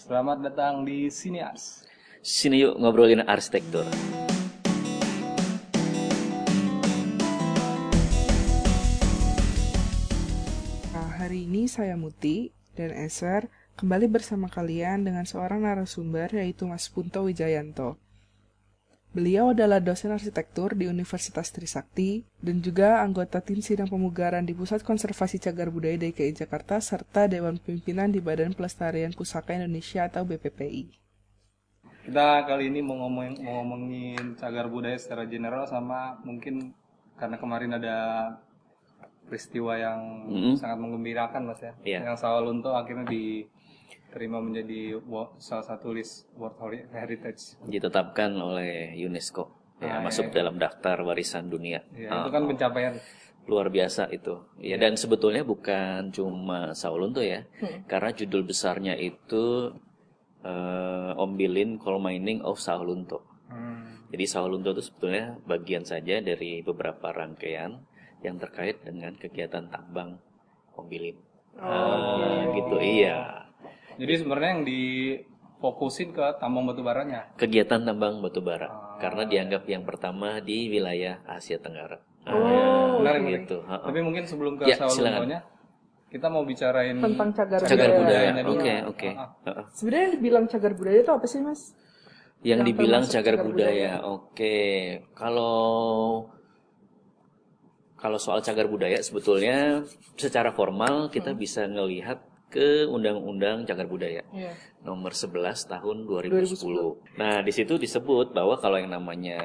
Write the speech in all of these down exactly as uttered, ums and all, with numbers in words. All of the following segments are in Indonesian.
Selamat datang di Sinias. Sini yuk ngobrolin arsitektur. Nah, hari ini saya Muti dan Eser kembali bersama kalian dengan seorang narasumber yaitu Mas Punto Wijayanto. Beliau adalah dosen arsitektur di Universitas Trisakti dan juga anggota tim sidang pemugaran di Pusat Konservasi Cagar Budaya D K I Jakarta serta Dewan Pimpinan di Badan Pelestarian Pusaka Indonesia atau B P P I. Kita kali ini mau ngomongin, mau ngomongin cagar budaya secara general sama mungkin karena kemarin ada peristiwa yang Mm-hmm. sangat menggembirakan Mas ya. Yeah. Yang Sawalunto akhirnya diterima menjadi salah satu list World Heritage. Ditetapkan oleh UNESCO ya, Ah, masuk iya. dalam daftar warisan dunia. Ya, Ah, itu kan pencapaian. luar biasa itu. Ya, dan sebetulnya bukan cuma Sawalunto ya. Karena judul besarnya itu eh, Om Bilin Coal Mining of Sawalunto. Hmm. Jadi Sawalunto itu sebetulnya bagian saja dari beberapa rangkaian yang terkait dengan kegiatan tambang Om Bilin. Oh, Ah, gitu iya. Jadi sebenarnya yang difokusin ke tambang batu baranya. Kegiatan tambang batubara Ah. karena dianggap yang pertama di wilayah Asia Tenggara. Oh, Benar oke. gitu. Ha-ha. Tapi mungkin sebelum ke Ya, Sawaluntonya, kita mau bicarain Tentang cagar Cagar budaya. budaya. budayanya dulu. Oke, oke. Ah, ah. Ha-ha. Sebenarnya yang dibilang cagar budaya itu apa sih, Mas? Yang Yang dibilang termasuk cagar cagar budaya. Oke. Kalau kalau soal cagar budaya sebetulnya secara formal kita bisa ngelihat ke Undang-Undang Cagar Budaya Iya. nomor sebelas tahun dua ribu sepuluh. Nah, di situ disebut bahwa kalau yang namanya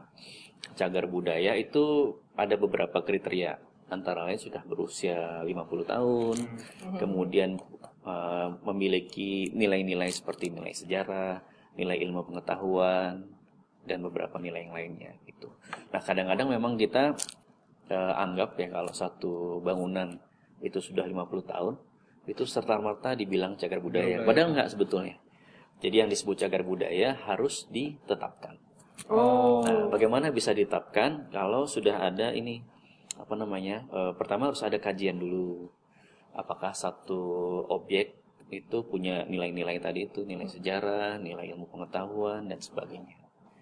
cagar budaya itu ada beberapa kriteria. Antara lain sudah berusia lima puluh tahun, kemudian uh, memiliki nilai-nilai seperti nilai sejarah, nilai ilmu pengetahuan, dan beberapa nilai yang lainnya gitu. Nah, kadang-kadang memang kita uh, anggap ya kalau satu bangunan itu sudah lima puluh tahun, itu serta-merta dibilang cagar budaya. Padahal enggak sebetulnya. Jadi yang disebut cagar budaya harus ditetapkan. Oh. Nah, bagaimana bisa ditetapkan kalau sudah ada ini apa namanya? E, pertama harus ada kajian dulu. Apakah satu objek itu punya nilai-nilai tadi itu, nilai sejarah, nilai ilmu pengetahuan dan sebagainya.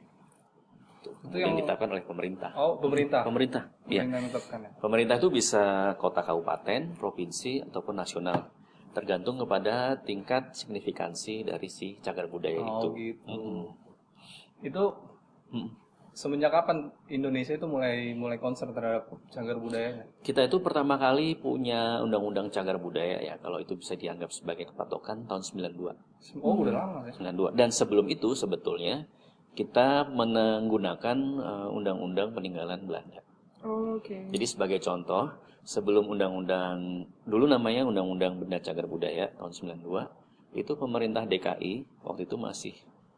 Itu, Itu yang yang- ditetapkan oleh pemerintah. Oh, pemerintah. Pemerintah, iya. Pemerintah menetapkan ya. Pemerintah itu bisa kota kabupaten, provinsi ataupun nasional. Tergantung kepada tingkat signifikansi dari si cagar budaya itu. Oh gitu. Mm-mm. Itu Mm. semenjak kapan Indonesia itu mulai mulai concern terhadap cagar budaya? Kita itu pertama kali punya undang-undang cagar budaya ya, kalau itu bisa dianggap sebagai patokan tahun sembilan puluh dua. Oh, udah lama ya. sembilan puluh dua. Dan sebelum itu sebetulnya kita menggunakan uh, undang-undang peninggalan Belanda. Oh, oke. Jadi sebagai contoh, sebelum undang-undang dulu namanya Undang-Undang Benda Cagar Budaya tahun sembilan puluh dua, itu pemerintah D K I waktu itu masih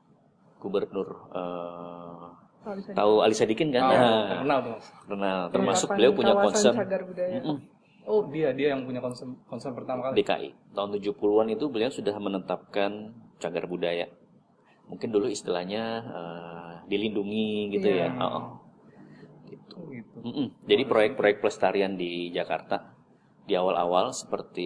gubernur uh, Oh, bisa tahu Ali Sadikin kan? Oh, Nah, kenal tuh Mas. kenal. Termasuk Penetapan beliau punya kawasan konsep cagar budaya. Mm-mm. Oh, dia dia yang punya concern concern pertama kali. D K I. Tahun tujuh puluhan itu beliau sudah menetapkan cagar budaya. Mungkin dulu istilahnya uh, dilindungi gitu Iya. ya. Oh, gitu. Oh, gitu. Mm-mm. Jadi proyek-proyek pelestarian di Jakarta di awal-awal seperti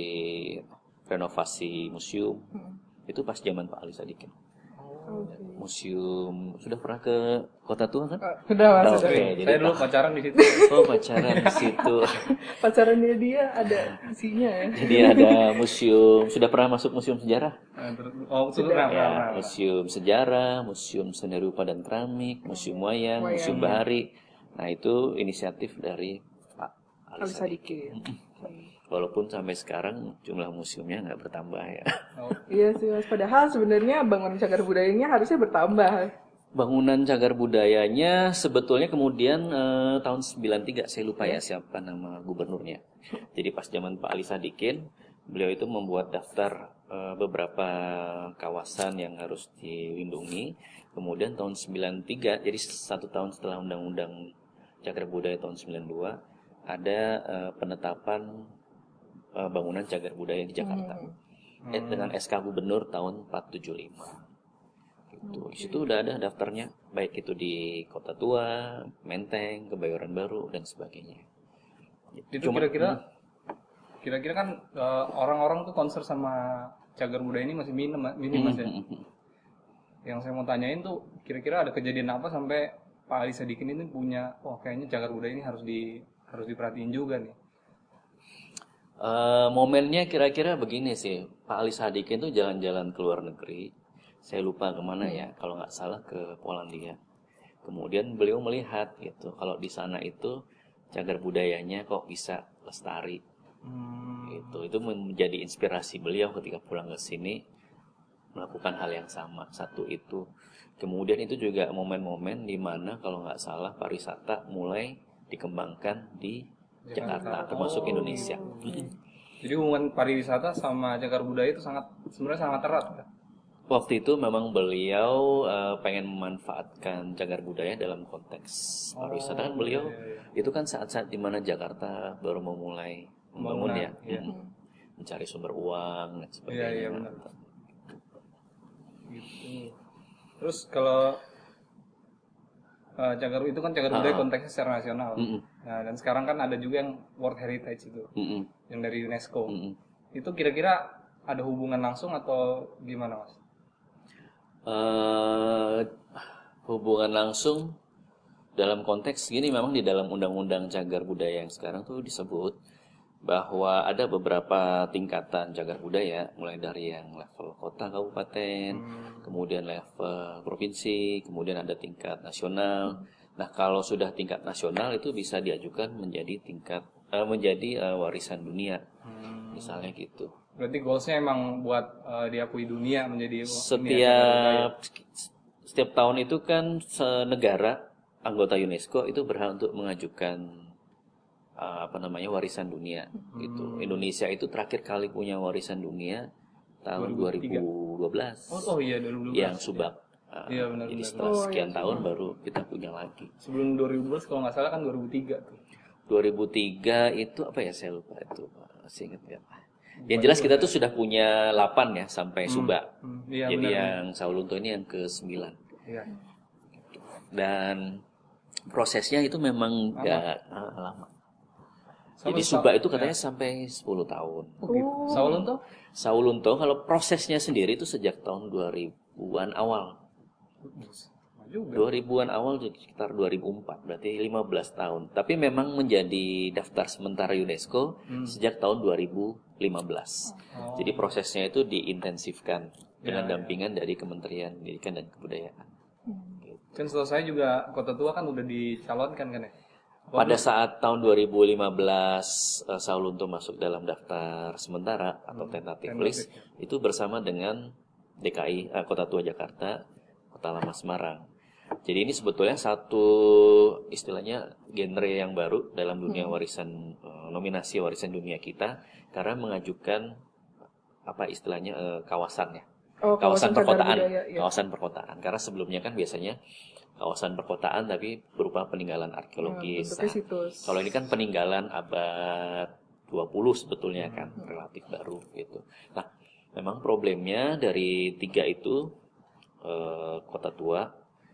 renovasi museum itu pas zaman Pak Ali Sadikin. Oke. Museum sudah pernah ke Kota Tua kan? Ah, Udah, Mas. Oke, udah. jadi Saya dulu tak- pacaran di situ. oh pacaran di situ. Pacarannya dia ada isinya ya. Jadi ada museum, sudah pernah masuk museum sejarah? Nah, terus- Oh, itu Sudah. pernah, Ya, pernah, pernah. museum sejarah, museum seni rupa dan keramik, museum wayang, Wayang. museum bahari. Nah, itu inisiatif dari Pak Ali Kalau Sadikin. sedikit. Walaupun sampai sekarang jumlah museumnya nggak bertambah ya. Oh, Iya sih, Mas. Padahal sebenarnya bangunan cagar budayanya harusnya bertambah. Bangunan cagar budayanya sebetulnya kemudian eh, tahun sembilan puluh tiga, saya lupa ya siapa nama gubernurnya. Jadi pas zaman Pak Ali Sadikin, beliau itu membuat daftar eh, beberapa kawasan yang harus dilindungi. Kemudian tahun sembilan puluh tiga, jadi satu tahun setelah Undang-Undang Cagar Budaya tahun sembilan puluh dua, ada eh, penetapan eh, bangunan cagar budaya di Jakarta. Eh, dengan S K Gubernur tahun empat puluh tujuh lima. Gitu. Di situ udah ada daftarnya, baik itu di Kota Tua, Menteng, Kebayoran Baru dan sebagainya. itu Cuma- kira-kira kira-kira kan eh, orang-orang tuh concern sama cagar budaya ini masih minim, minim Mas ya. Yang saya mau tanyain tuh kira-kira ada kejadian apa sampai Pak Ali Sadikin ini punya, oh kayaknya cagar budaya ini harus di harus diperhatiin juga nih. Uh, momennya kira-kira begini sih, Pak Ali Sadikin tuh jalan-jalan ke luar negeri. Saya lupa kemana ya, kalau nggak salah ke Polandia. Kemudian beliau melihat gitu, kalau di sana itu cagar budayanya kok bisa lestari. Hmm. Itu itu menjadi inspirasi beliau ketika pulang ke sini melakukan hal yang sama. Satu itu. Kemudian itu juga momen-momen di mana kalau nggak salah pariwisata mulai dikembangkan di Jakarta, Jakarta termasuk oh. Indonesia. Hmm. Jadi hubungan pariwisata sama cagar budaya itu sangat sebenarnya sangat erat. Ya? Waktu itu memang beliau uh, pengen memanfaatkan cagar budaya dalam konteks pariwisata. Kan beliau iya, iya. itu kan saat-saat di mana Jakarta baru memulai membangun ya, iya. hmm. mencari sumber uang dan sebagainya. Iya, iya, benar. Gitu. Terus kalau uh, cagar itu kan cagar budaya konteksnya secara nasional. Mm-mm. Nah, dan sekarang kan ada juga yang World Heritage itu, Mm-mm. yang dari UNESCO. Mm-mm. Itu kira-kira ada hubungan langsung atau gimana, Mas? Uh, hubungan langsung dalam konteks gini, memang di dalam undang-undang cagar budaya yang sekarang tuh disebut bahwa ada beberapa tingkatan cagar budaya, mulai dari yang level kota kabupaten, hmm. kemudian level provinsi, kemudian ada tingkat nasional. Nah, kalau sudah tingkat nasional itu bisa diajukan menjadi tingkat uh, menjadi uh, warisan dunia, hmm. misalnya gitu. Berarti goalsnya emang buat uh, diakui dunia menjadi setiap setiap tahun itu kan negara anggota UNESCO itu berhak untuk mengajukan uh, apa namanya warisan dunia hmm. gitu. Indonesia itu terakhir kali punya warisan dunia tahun dua ribu dua belas. Oh, oh iya dua ribu dua belas. Yang Subak. Uh, iya, benar, jadi benar. Setelah oh, sekian iya, tahun baru kita punya lagi. Sebelum dua ribu dua belas kalau nggak salah kan dua ribu tiga tuh. dua ribu tiga itu apa ya, saya lupa itu. Saya ingat enggak. Yang jelas kita tuh sudah punya delapan ya sampai hmm. Subak. Hmm. Iya, jadi benar, yang Saulunto ini yang ke sembilan. Iya. Dan prosesnya itu memang enggak lama. lama. Jadi Subak itu katanya ya. sampai sepuluh tahun. Oh, gitu. Saulunto? Saulunto kalau prosesnya sendiri itu sejak tahun dua ribuan awal. dua ribuan awal sekitar dua ribu empat, berarti lima belas tahun. Tapi memang menjadi daftar sementara UNESCO hmm. sejak tahun dua ribu lima belas. Oh. Jadi prosesnya itu diintensifkan dengan ya, dampingan ya. dari Kementerian Pendidikan dan Kebudayaan. Hmm. Gitu. Kan setelah saya juga Kota Tua kan udah dicalonkan kan ya? Pada saat tahun dua ribu lima belas uh, Saulunto masuk dalam daftar sementara atau tentative hmm. list itu bersama dengan D K I, uh, Kota Tua Jakarta, Kota Lama Semarang. Jadi ini sebetulnya satu istilahnya genre yang baru dalam dunia warisan uh, nominasi warisan dunia kita karena mengajukan apa istilahnya uh, kawasannya. Oh, kawasan, kawasan perkotaan, budaya, ya. kawasan perkotaan. Karena sebelumnya kan biasanya kawasan perkotaan tapi berupa peninggalan arkeologis. Ya, nah, kalau ini kan peninggalan abad dua puluh sebetulnya kan hmm. relatif baru gitu. Nah, memang problemnya dari tiga itu uh, Kota Tua,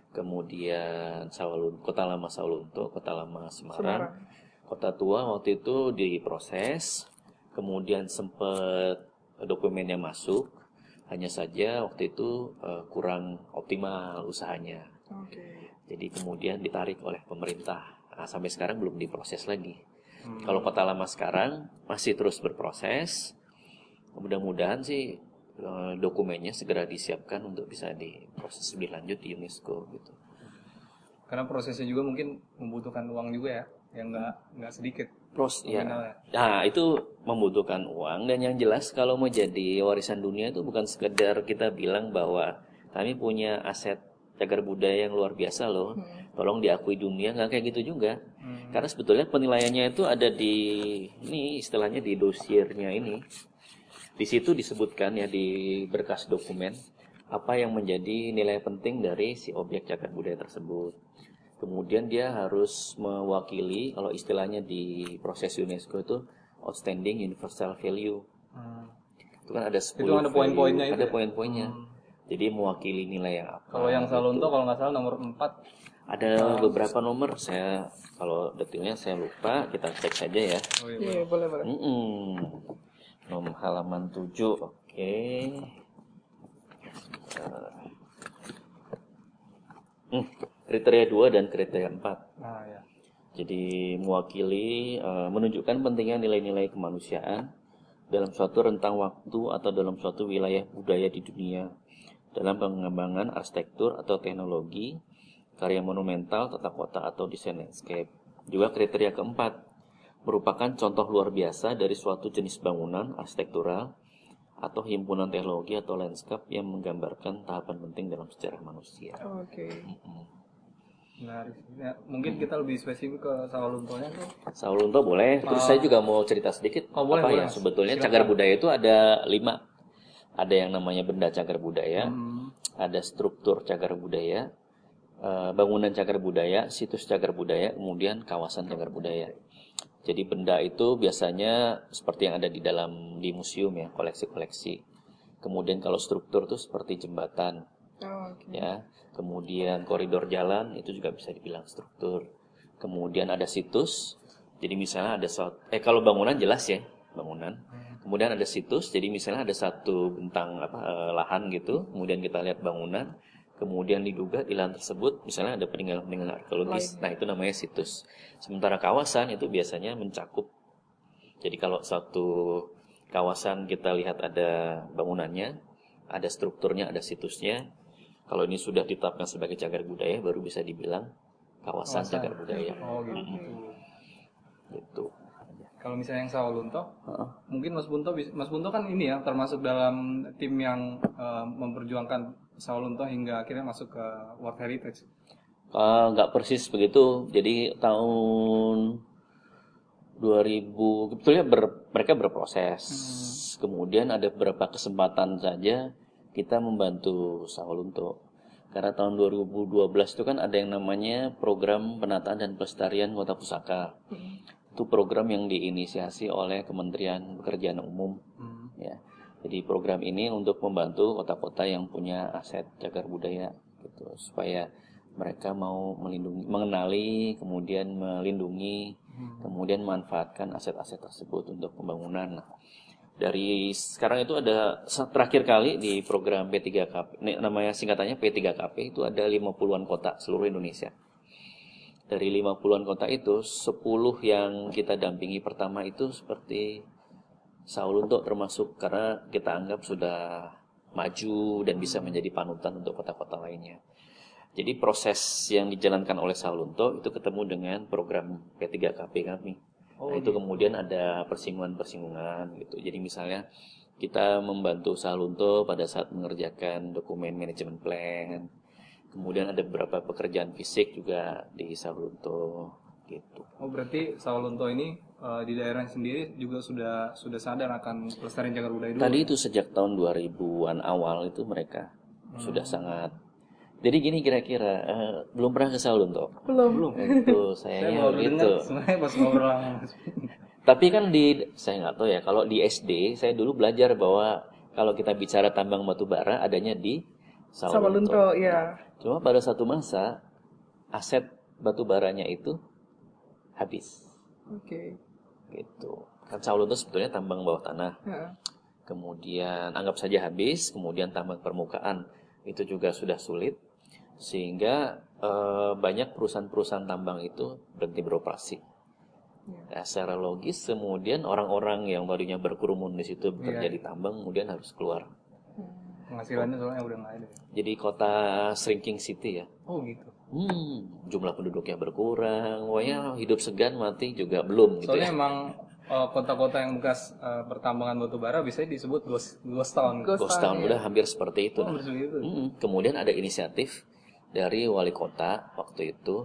kemudian Saulunto, Kota Lama Saulunto, Kota Lama Semarang. Semarang. Kota Tua waktu itu diproses, kemudian sempat dokumennya masuk, hanya saja waktu itu uh, kurang optimal usahanya. Okay. Jadi kemudian ditarik oleh pemerintah. Nah, sampai sekarang belum diproses lagi. Hmm. Kalau Kota Lama sekarang masih terus berproses. Mudah-mudahan sih uh, dokumennya segera disiapkan untuk bisa diproses lebih lanjut di UNESCO gitu. Karena prosesnya juga mungkin membutuhkan uang juga ya, yang nggak nggak sedikit. Pros, ya. Nah, itu membutuhkan uang dan yang jelas kalau mau jadi warisan dunia itu bukan sekedar kita bilang bahwa kami punya aset cagar budaya yang luar biasa loh, hmm. tolong diakui dunia, nggak kayak gitu juga. Hmm. Karena sebetulnya penilaiannya itu ada di ini istilahnya di dosiernya ini. Di situ disebutkan ya di berkas dokumen apa yang menjadi nilai penting dari si objek cagar budaya tersebut. Kemudian dia harus mewakili, kalau istilahnya di proses UNESCO itu outstanding universal value. Hmm. Itu kan ada sepuluh. Itu ada poin-poinnya itu. Ada ya? poin-poinnya. Hmm. Jadi mewakili nilai yang apa. Kalau yang Saulunto kalau nggak salah nomor empat. Ada oh, beberapa nomor, saya kalau detailnya saya lupa, kita cek saja ya. Oh, iya, boleh, boleh. Mm-mm. Nomor halaman tujuh. Oke. Oke. Hmm, kriteria dua dan kriteria empat. Nah, ya. Jadi mewakili, uh, menunjukkan pentingnya nilai-nilai kemanusiaan dalam suatu rentang waktu atau dalam suatu wilayah budaya di dunia, dalam pengembangan arsitektur atau teknologi, karya monumental, tata kota atau desain landscape. Juga kriteria keempat, merupakan contoh luar biasa dari suatu jenis bangunan arsitektural atau himpunan teknologi atau landscape yang menggambarkan tahapan penting dalam sejarah manusia. Oh, Oke. Okay. Mm-hmm. Menarik. Ya, mungkin kita lebih spesifik ke Sawaluntonya tuh. Sawalunto boleh. Terus uh, saya juga mau cerita sedikit. Oh, boleh, apa boleh. Ya sebetulnya Silakan. Cagar budaya itu ada lima. Ada yang namanya benda cagar budaya, hmm. ada struktur cagar budaya, bangunan cagar budaya, situs cagar budaya, kemudian kawasan cagar budaya. Jadi benda itu biasanya seperti yang ada di dalam di museum ya, koleksi-koleksi. Kemudian kalau struktur itu seperti jembatan, oh, okay. ya. Kemudian koridor jalan itu juga bisa dibilang struktur. Kemudian ada situs. Jadi misalnya ada suatu, eh kalau bangunan jelas ya bangunan. Kemudian ada situs. Jadi misalnya ada satu bentang apa eh, lahan gitu. Kemudian kita lihat bangunan. Kemudian diduga di lahan tersebut misalnya ada peninggalan-peninggalan arkeologis. Nah itu namanya situs. Sementara kawasan itu biasanya mencakup. Jadi kalau suatu kawasan kita lihat ada bangunannya, ada strukturnya, ada situsnya. Kalau ini sudah ditetapkan sebagai cagar budaya, baru bisa dibilang kawasan, kawasan. cagar budaya. Oh gitu. Mm-hmm. Gitu. Kalau misalnya yang Sawalunto, uh-huh. mungkin Mas Bunto, Mas Bunto kan ini ya termasuk dalam tim yang uh, memperjuangkan Sawalunto hingga akhirnya masuk ke World Heritage. Uh, nggak persis begitu. Jadi tahun dua ribu sebetulnya ber, mereka berproses. Hmm. Kemudian ada beberapa kesempatan saja kita membantu Sawalunto. Karena tahun dua ribu dua belas itu kan ada yang namanya program penataan dan pelestarian kota pusaka. Hmm. Itu program yang diinisiasi oleh Kementerian Pekerjaan Umum. Hmm. Ya. Jadi program ini untuk membantu kota-kota yang punya aset cagar budaya gitu, supaya mereka mau melindungi, mengenali, kemudian melindungi, hmm. kemudian memanfaatkan aset-aset tersebut untuk pembangunan. Nah, dari sekarang itu ada terakhir kali di program P tiga K P, namanya singkatannya P tiga K P, itu ada lima puluhan kota seluruh Indonesia. Dari lima puluhan kota itu, sepuluh yang kita dampingi pertama itu seperti Sawalunto termasuk karena kita anggap sudah maju dan bisa menjadi panutan untuk kota-kota lainnya. Jadi proses yang dijalankan oleh Sawalunto itu ketemu dengan program P tiga K P kami. Oh, nah, itu kemudian ada persinggungan-persinggungan gitu. Jadi misalnya kita membantu Sawalunto pada saat mengerjakan dokumen manajemen plan. Kemudian ada beberapa pekerjaan fisik juga di Sawalunto gitu. Oh, berarti Sawalunto ini uh, di daerah sendiri juga sudah sudah sadar akan pelestarian cagar budaya dulu. Tadi itu sejak tahun dua ribuan awal itu mereka hmm. sudah sangat. Jadi gini kira-kira uh, belum pernah ke Sawalunto? Belum. Belum. Itu sayangnya begitu. Sebenarnya pas ngobrol. Tapi kan di saya nggak tahu ya, kalau di S D saya dulu belajar bahwa kalau kita bicara tambang batu bara adanya di Sawalunto. Sawalunto, ya. Cuma pada satu masa aset batu baranya itu habis. Oke. Okay. Gitu. Kan Sawalunto sebetulnya tambang bawah tanah. Ya. Kemudian anggap saja habis, kemudian tambang permukaan itu juga sudah sulit. Sehingga eh, banyak perusahaan-perusahaan tambang itu berhenti beroperasi. Ya. Nah, secara logis kemudian orang-orang yang tadinya berkerumun di situ bekerja ya. di tambang kemudian harus keluar. Penghasilannya soalnya udah nggak ada. Jadi kota shrinking city ya. Oh gitu. Hmm, jumlah penduduknya berkurang, pokoknya hidup segan mati juga belum. Soalnya gitu ya. emang uh, kota-kota yang bekas uh, pertambangan batu bara biasanya disebut ghost, ghost town. Ghost, ghost town ya. Udah hampir seperti itu. Oh, nah. itu. Hmm, kemudian ada inisiatif dari wali kota waktu itu,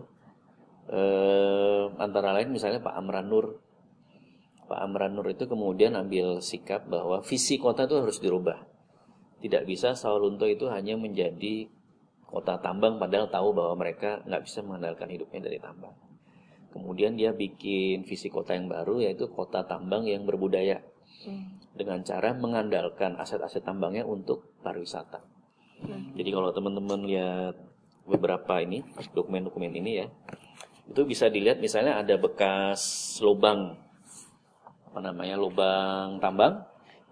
eh, antara lain misalnya Pak Amran Nur. Pak Amran Nur itu kemudian ambil sikap bahwa visi kota itu harus dirubah. Tidak bisa Sawalunto itu hanya menjadi kota tambang padahal tahu bahwa mereka nggak bisa mengandalkan hidupnya dari tambang. Kemudian dia bikin visi kota yang baru yaitu kota tambang yang berbudaya. Hmm. Dengan cara mengandalkan aset-aset tambangnya untuk pariwisata. Hmm. Jadi kalau teman-teman lihat beberapa ini, dokumen-dokumen ini ya, itu bisa dilihat misalnya ada bekas lubang, apa namanya, lubang tambang.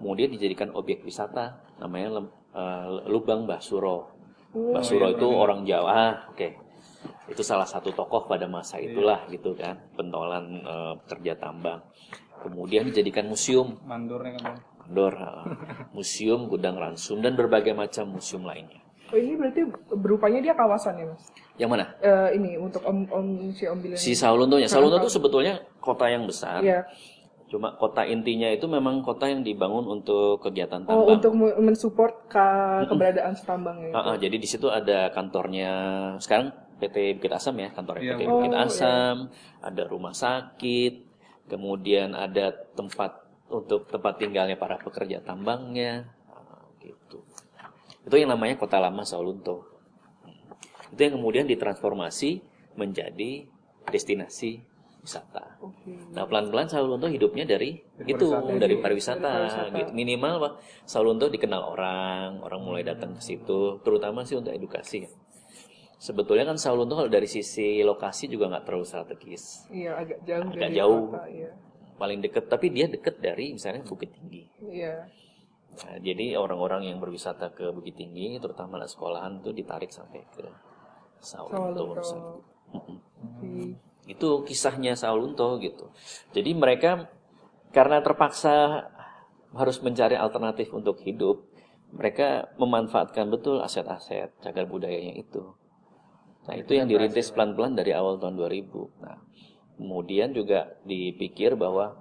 kemudian dijadikan objek wisata, namanya uh, Lubang Mbah Suro. Mbah Suro itu orang Jawa, ah, oke. Okay. Itu salah satu tokoh pada masa itulah gitu kan, pentolan uh, pekerja tambang. Kemudian dijadikan museum. Mandornya kan. Mandor, uh, museum Gudang Ransum dan berbagai macam museum lainnya. Oh ini berarti berupanya dia kawasan ya mas? Yang mana? Uh, ini untuk om, om si Ombilen. Si Sawaluntonya. Sawalunto itu sebetulnya kota yang besar. Iya. Cuma kota intinya itu memang kota yang dibangun untuk kegiatan tambang. Oh, untuk mensupport ke keberadaan tambangnya. Uh, uh, jadi di situ ada kantornya sekarang P T Bukit Asam ya, kantornya iya. P T Bukit oh, Asam, iya. Ada rumah sakit, kemudian ada tempat untuk tempat tinggalnya para pekerja tambangnya, uh, gitu. Itu yang namanya Kota Lama Sawalunto. Itu yang kemudian ditransformasi menjadi destinasi wisata. Okay. Nah, pelan-pelan Sawalunto hidupnya dari, dari itu, pariwisata, dari pariwisata, dari pariwisata. Gitu. Minimal Pak, Sawalunto dikenal orang, orang mulai datang ke situ, terutama sih untuk edukasi. Sebetulnya kan Sawalunto kalau dari sisi lokasi juga nggak terlalu strategis. Iya, agak jauh agak dari jauh. kota, iya. Paling dekat, tapi dia dekat dari misalnya Bukit Tinggi. Iya. Nah, jadi orang-orang yang berwisata ke Bukit Tinggi, terutama anak sekolahan itu ditarik sampai ke Sawalunto. Sawalunto. Hmm. Itu kisahnya Sawalunto gitu. Jadi mereka karena terpaksa harus mencari alternatif untuk hidup, mereka memanfaatkan betul aset-aset cagar budayanya itu. Nah, itu yang dirintis pelan-pelan dari awal tahun dua ribu. Nah, kemudian juga dipikir bahwa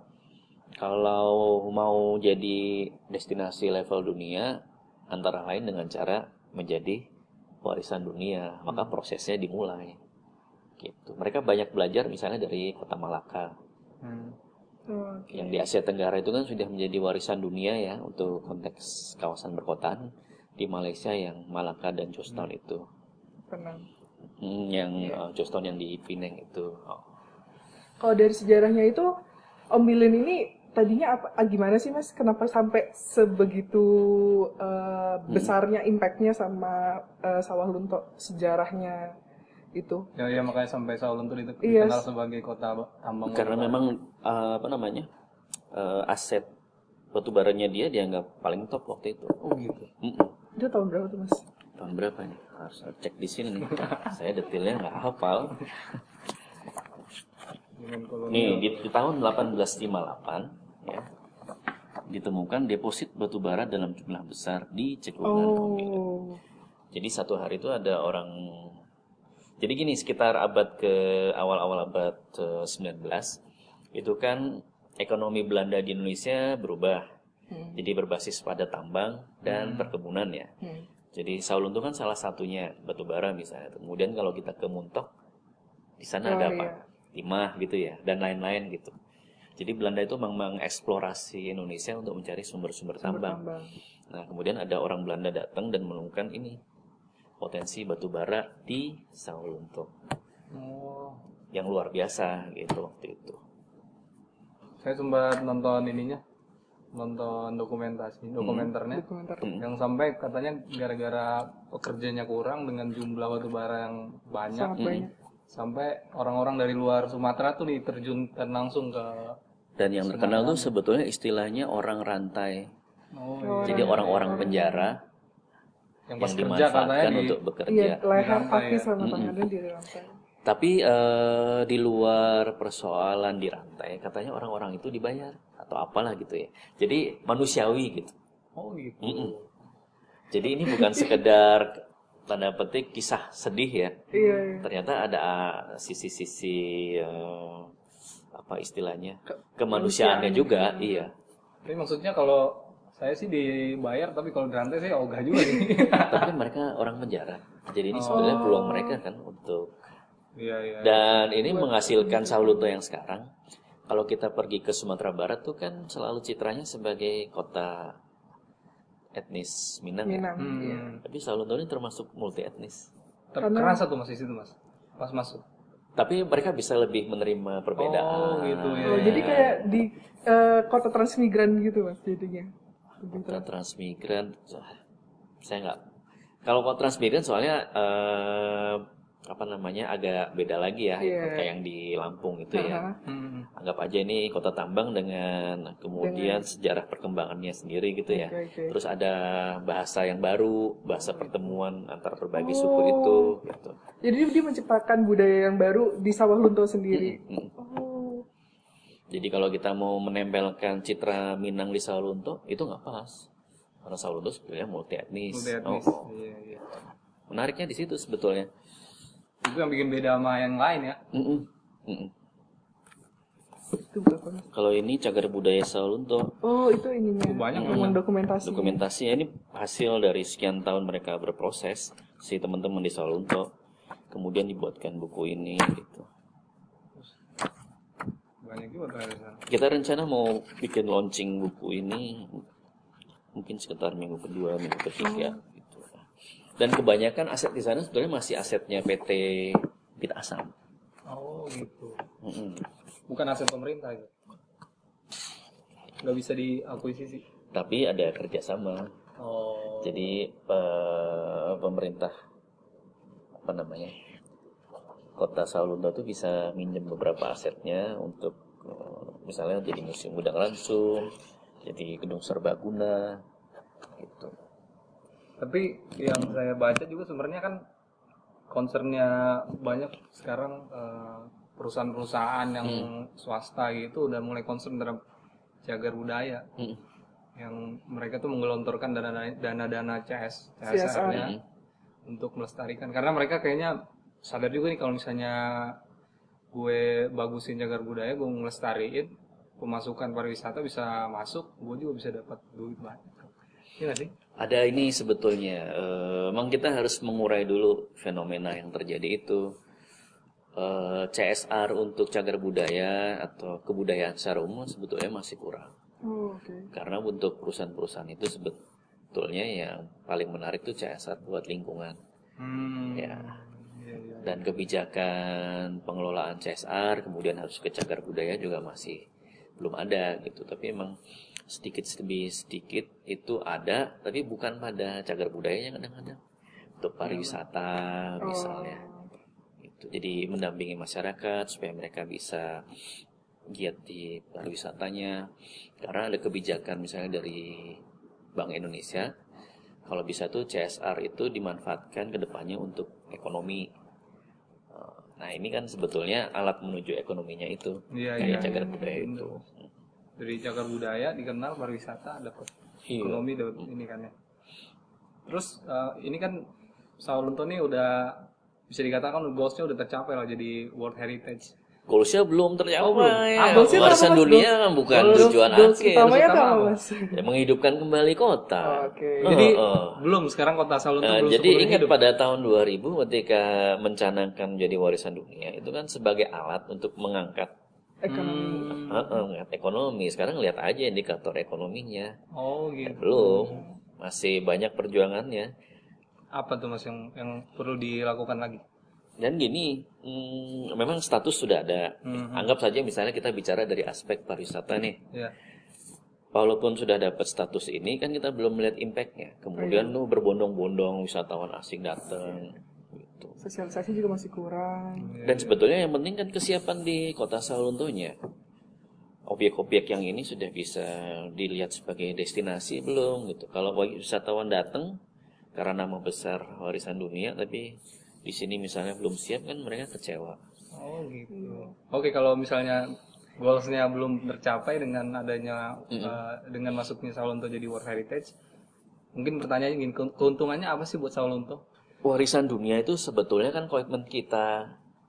kalau mau jadi destinasi level dunia, antara lain dengan cara menjadi warisan dunia, maka prosesnya dimulai. Gitu. Mereka banyak belajar misalnya dari Kota Malaka. Hmm. Okay. Yang di Asia Tenggara itu kan sudah menjadi warisan dunia ya untuk konteks kawasan perkotaan. Di Malaysia yang Malaka dan Jostown hmm. itu. Penang. Hmm, yang yeah. uh, Jostown yang di Penang itu. Oh. Kalau dari sejarahnya itu Ombilen ini tadinya apa? Ah, gimana sih mas? Kenapa sampai sebegitu uh, besarnya hmm. impactnya sama uh, Sawalunto sejarahnya itu? Ya, ya makanya sampai Sawalunto itu yes. dikenal sebagai kota tambang. Karena memang uh, apa namanya uh, aset batubaranya dia dianggap paling top waktu itu. Oh gitu. Mm-mm. Itu tahun berapa tuh mas? Tahun berapa nih? Harus cek di sini nih. Saya detailnya nggak hafal. Nih di, di tahun delapan belas lima puluh delapan ya ditemukan deposit batubara dalam jumlah besar di cekungan oh. Ombilen. Jadi satu hari itu ada orang. Jadi gini, sekitar abad ke awal-awal abad sembilan belas itu kan ekonomi Belanda di Indonesia berubah. Hmm. Jadi berbasis pada tambang dan hmm. perkebunan ya. Hmm. Jadi Sawalunto kan salah satunya batubara misalnya. Kemudian kalau kita ke Muntok di sana oh, ada apa? Iya. Timah gitu ya dan lain-lain gitu. Jadi Belanda itu memang mengeksplorasi Indonesia untuk mencari sumber-sumber tambang. tambang. Nah, kemudian ada orang Belanda datang dan menemukan ini potensi batubara di Sawalunto. Oh. Yang luar biasa gitu waktu itu. Saya sempat nonton ininya, nonton dokumentasi, dokumenternya, hmm. yang sampai katanya gara-gara pekerjanya kurang dengan jumlah batubara yang banyak, sangat banyak. Sampai orang-orang dari luar Sumatera tuh diterjunkan langsung ke. Dan yang terkenal tuh sebetulnya istilahnya orang rantai. Oh, iya. Jadi orang-orang penjara yang, yang dimanfaatkan di, untuk bekerja. Iya, leher kaki sama tangannya di rantai. Tapi uh, di luar persoalan di rantai, katanya orang-orang itu dibayar atau apalah gitu ya. Jadi manusiawi gitu. Oh gitu. Mm-mm. Jadi ini bukan sekedar tanda petik kisah sedih ya. Iya, iya. Ternyata ada sisi-sisi uh, apa istilahnya kemanusiaannya juga, iya. Tapi maksudnya kalau saya sih dibayar, tapi kalau di rantai saya ogah juga sih. Tapi mereka orang penjara, jadi ini oh. sebenarnya peluang mereka kan untuk. Iya, iya. Dan ini buat menghasilkan Sawalunto yang sekarang. Kalau kita pergi ke Sumatera Barat tuh kan selalu citranya sebagai kota etnis Minang, Minang ya. Hmm. Iya. Tapi Sawalunto ini termasuk multi etnis. Terkerasa tuh mas di situ mas, pas masuk. Tapi mereka bisa lebih menerima perbedaan. Oh gitu ya. Oh, jadi kayak di uh, kota transmigran gitu mas jadinya. Kota transmigran, saya nggak. Kalau kota transmigran soalnya uh, apa namanya agak beda lagi ya, yeah. kayak yang di Lampung itu ya. Hmm. Anggap aja ini kota tambang dengan kemudian Dengan- sejarah perkembangannya sendiri gitu ya. Oke, oke. Terus ada bahasa yang baru, bahasa pertemuan antara berbagai Oh. suku itu gitu. Jadi dia menciptakan budaya yang baru di Sawah Lunto sendiri. Mm-mm. Oh. Jadi kalau kita mau menempelkan citra Minang di Sawah Lunto itu nggak pas. Karena Sawah Lunto sebenarnya multi etnis. Multi etnis. Oh, oh. Iya, iya. Menariknya di situ sebetulnya. Itu yang bikin beda sama yang lain ya. Mm-mm. Mm-mm. Itu berapa? Kalau ini cagar budaya Sawah Lunto, Oh, itu ininya. Itu banyak Memang kan? dokumentasi. dokumentasinya ini hasil dari sekian tahun mereka berproses si teman-teman di Sawah Lunto, kemudian dibuatkan buku ini gitu. Banyak juga ternyata. Kita rencana mau bikin launching buku ini mungkin sekitar minggu kedua, minggu ketiga gitu. Dan kebanyakan aset di sana sebenarnya masih asetnya P T Bit Asam. Oh gitu. Mm-mm. Bukan aset pemerintah itu. Nggak bisa diakuisisi. Tapi ada kerjasama. Oh. Jadi pe- pemerintah apa namanya Kota Sawah Lunto itu bisa minjem beberapa asetnya untuk eh, misalnya jadi museum gudang langsung, jadi gedung serbaguna, gitu. Tapi yang saya baca juga sebenarnya kan concernnya banyak sekarang eh, perusahaan-perusahaan yang swasta gitu udah mulai concern terhadap cagar budaya. Mm. Yang mereka tuh menggelontorkan dana dana-dana C S C S R. C S R-nya untuk melestarikan karena mereka kayaknya sadar juga nih kalau misalnya gue bagusin cagar budaya, gue ngelestariin, pemasukan pariwisata bisa masuk, gue juga bisa dapat duit banyak. Iya nggak sih? Ada ini sebetulnya, eh, memang kita harus mengurai dulu fenomena yang terjadi itu. Eh, C S R untuk cagar budaya atau kebudayaan secara umum sebetulnya masih kurang. Oh, oke. Karena untuk perusahaan-perusahaan itu sebetulnya yang paling menarik itu C S R buat lingkungan. Hmm. Ya. Iya, iya. Dan kebijakan pengelolaan C S R kemudian harus ke cagar budaya juga masih belum ada gitu. Tapi emang sedikit demi sedikit itu ada, tapi bukan pada cagar budayanya kadang-kadang. Untuk pariwisata misalnya. Gitu. Jadi mendampingi masyarakat supaya mereka bisa giat di pariwisatanya. Karena ada kebijakan misalnya dari Bank Indonesia, kalau bisa tuh C S R itu dimanfaatkan ke depannya untuk ekonomi. Nah ini kan sebetulnya alat menuju ekonominya itu, Iya, kayak iya. cagar budaya itu. Dari cagar budaya dikenal pariwisata dapat Iya. ekonomi dapat ini kan ya. Terus eh, ini kan Sawah Lunto ini udah bisa dikatakan goalsnya udah tercapai lah jadi World Heritage. Goalsnya belum tercapai. Oh, belum. Ah, goalsnya Warisan apa, Mas? dunia kan bukan Goals- tujuan goals akhir. utamanya Utama apa, apa? Mas? Ya, menghidupkan kembali kota. Oke. Jadi Oh, oh. belum sekarang kota Sawah Lunto Nah, belum jadi sepenuhnya ingat hidup. pada tahun dua ribu ketika mencanangkan menjadi warisan dunia itu kan sebagai alat untuk mengangkat Ekonomi. Hmm. uh, uh, mengangkat ekonomi. Sekarang lihat aja indikator ekonominya. Oh Ya, gitu. belum, masih banyak perjuangannya. Apa tuh Mas yang yang perlu dilakukan lagi? Dan gini, hmm, memang status sudah ada. Mhm. Anggap saja misalnya kita bicara dari aspek pariwisata nih. Ya. Walaupun sudah dapat status ini kan kita belum melihat impact-nya. Kemudian tuh berbondong-bondong wisatawan asing datang gitu. Sosialisasi juga masih kurang. Dan sebetulnya yang penting kan kesiapan di Kota Sawah Luntonya. Objek-objek yang ini sudah bisa dilihat sebagai destinasi belum gitu. Kalau wisatawan datang karena nama besar warisan dunia tapi di sini misalnya belum siap kan mereka kecewa. Oh gitu. Oke, kalau misalnya goalsnya belum tercapai dengan adanya uh, dengan masuknya Sawah Lunto jadi World Heritage, mungkin pertanyaannya gini, ke- keuntungannya apa sih buat Sawah Lunto? Warisan dunia itu sebetulnya kan komitmen kita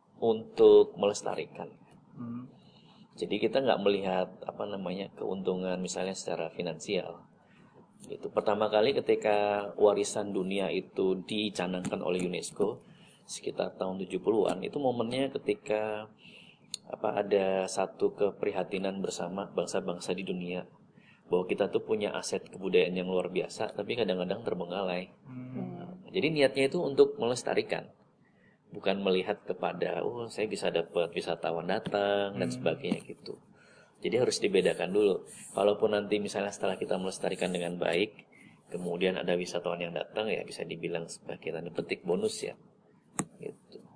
untuk melestarikan. Hmm. Jadi kita nggak melihat apa namanya keuntungan misalnya secara finansial. Itu pertama kali ketika warisan dunia itu dicanangkan oleh UNESCO sekitar tahun tujuh puluhan, itu momennya ketika apa ada satu keprihatinan bersama bangsa-bangsa di dunia bahwa kita tuh punya aset kebudayaan yang luar biasa tapi kadang-kadang terbengkalai. Hmm. Jadi niatnya itu untuk melestarikan, bukan melihat kepada oh saya bisa dapat wisatawan datang dan sebagainya gitu. Jadi harus dibedakan dulu. Walaupun nanti misalnya setelah kita melestarikan dengan baik, kemudian ada wisatawan yang datang ya bisa dibilang sebagai tanda petik bonus ya. Gitu.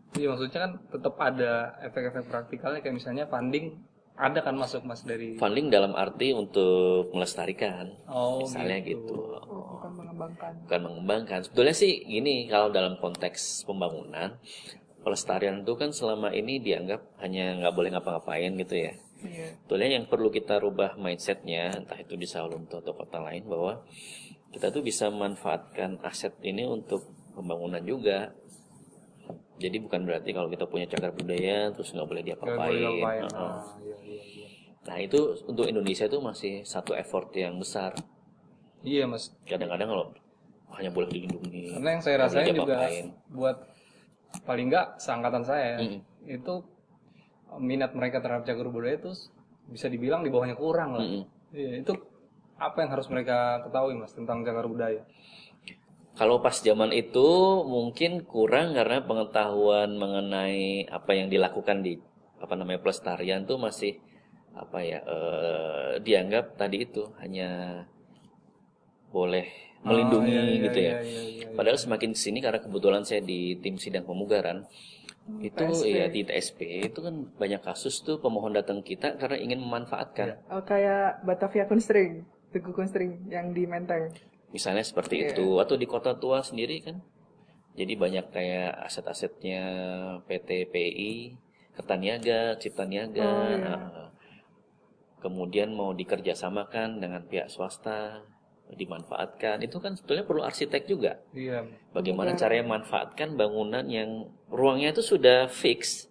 Iya, maksudnya kan tetap ada efek-efek praktikalnya, kayak misalnya funding ada kan masuk mas dari funding dalam arti untuk melestarikan, oh, misalnya gitu. gitu. Oh, bukan mengembangkan. Bukan mengembangkan. Sebetulnya sih gini, kalau dalam konteks pembangunan, pelestarian itu kan selama ini dianggap hanya nggak boleh ngapa-ngapain gitu ya. Iya. Sebetulnya yang perlu kita rubah mindsetnya, entah itu di Sawalunto atau kota lain, bahwa kita tuh bisa memanfaatkan aset ini untuk pembangunan juga. Jadi bukan berarti kalau kita punya cagar budaya terus nggak boleh Nggak boleh diapa-apain. ngapain. Heeh. Ah, iya, iya, iya. Nah itu untuk Indonesia itu masih satu effort yang besar. Iya mas, Kadang-kadang kalau hanya boleh dilindungi, karena yang saya nggak boleh rasain juga diapa-apain. buat paling nggak seangkatan saya ya, Mm. itu minat mereka terhadap cagar budaya itu bisa dibilang di bawahnya kurang lah. Mm-mm. Iya, itu apa yang harus mereka ketahui mas tentang cagar budaya? Kalau pas zaman itu mungkin kurang karena pengetahuan mengenai apa yang dilakukan di apa namanya pelestarian tuh masih apa ya eh, dianggap tadi itu hanya boleh melindungi Oh, iya, iya, gitu ya. iya, iya, iya. Padahal semakin kesini karena kebetulan saya di tim sidang pemugaran itu T S P. ya di T S P itu kan banyak kasus tuh pemohon datang kita karena ingin memanfaatkan. Oh, kayak Batavia Kunstring, Tugu Kunstring yang di Menteng. Misalnya seperti Iya. itu atau di Kota Tua sendiri kan. Jadi banyak kayak aset-asetnya P T P I, Kertaniaga, Cipta Niaga. Oh, iya. Nah, kemudian mau dikerjasamakan dengan pihak swasta, dimanfaatkan. Itu kan sebetulnya perlu arsitek juga. Iya. Bagaimana caranya memanfaatkan bangunan yang ruangnya itu sudah fix,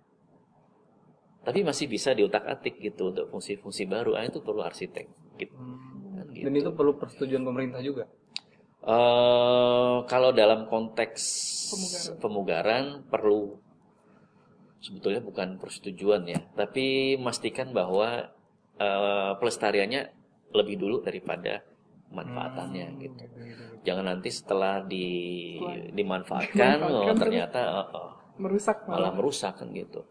tapi masih bisa diutak-atik gitu untuk fungsi-fungsi baru. Ah, itu perlu arsitek. Gitu. Hmm. Kan gitu. Dan itu perlu persetujuan pemerintah juga. Eh, kalau dalam konteks Pemugaran. pemugaran perlu sebetulnya bukan persetujuan ya, tapi memastikan bahwa eh, pelestariannya lebih dulu daripada pemanfaatannya Hmm, gitu. gitu, gitu. Jangan nanti setelah di Wah. dimanfaatkan, oh, Dimanfaatkan ternyata oh, oh, Merusak malah merusak kan gitu.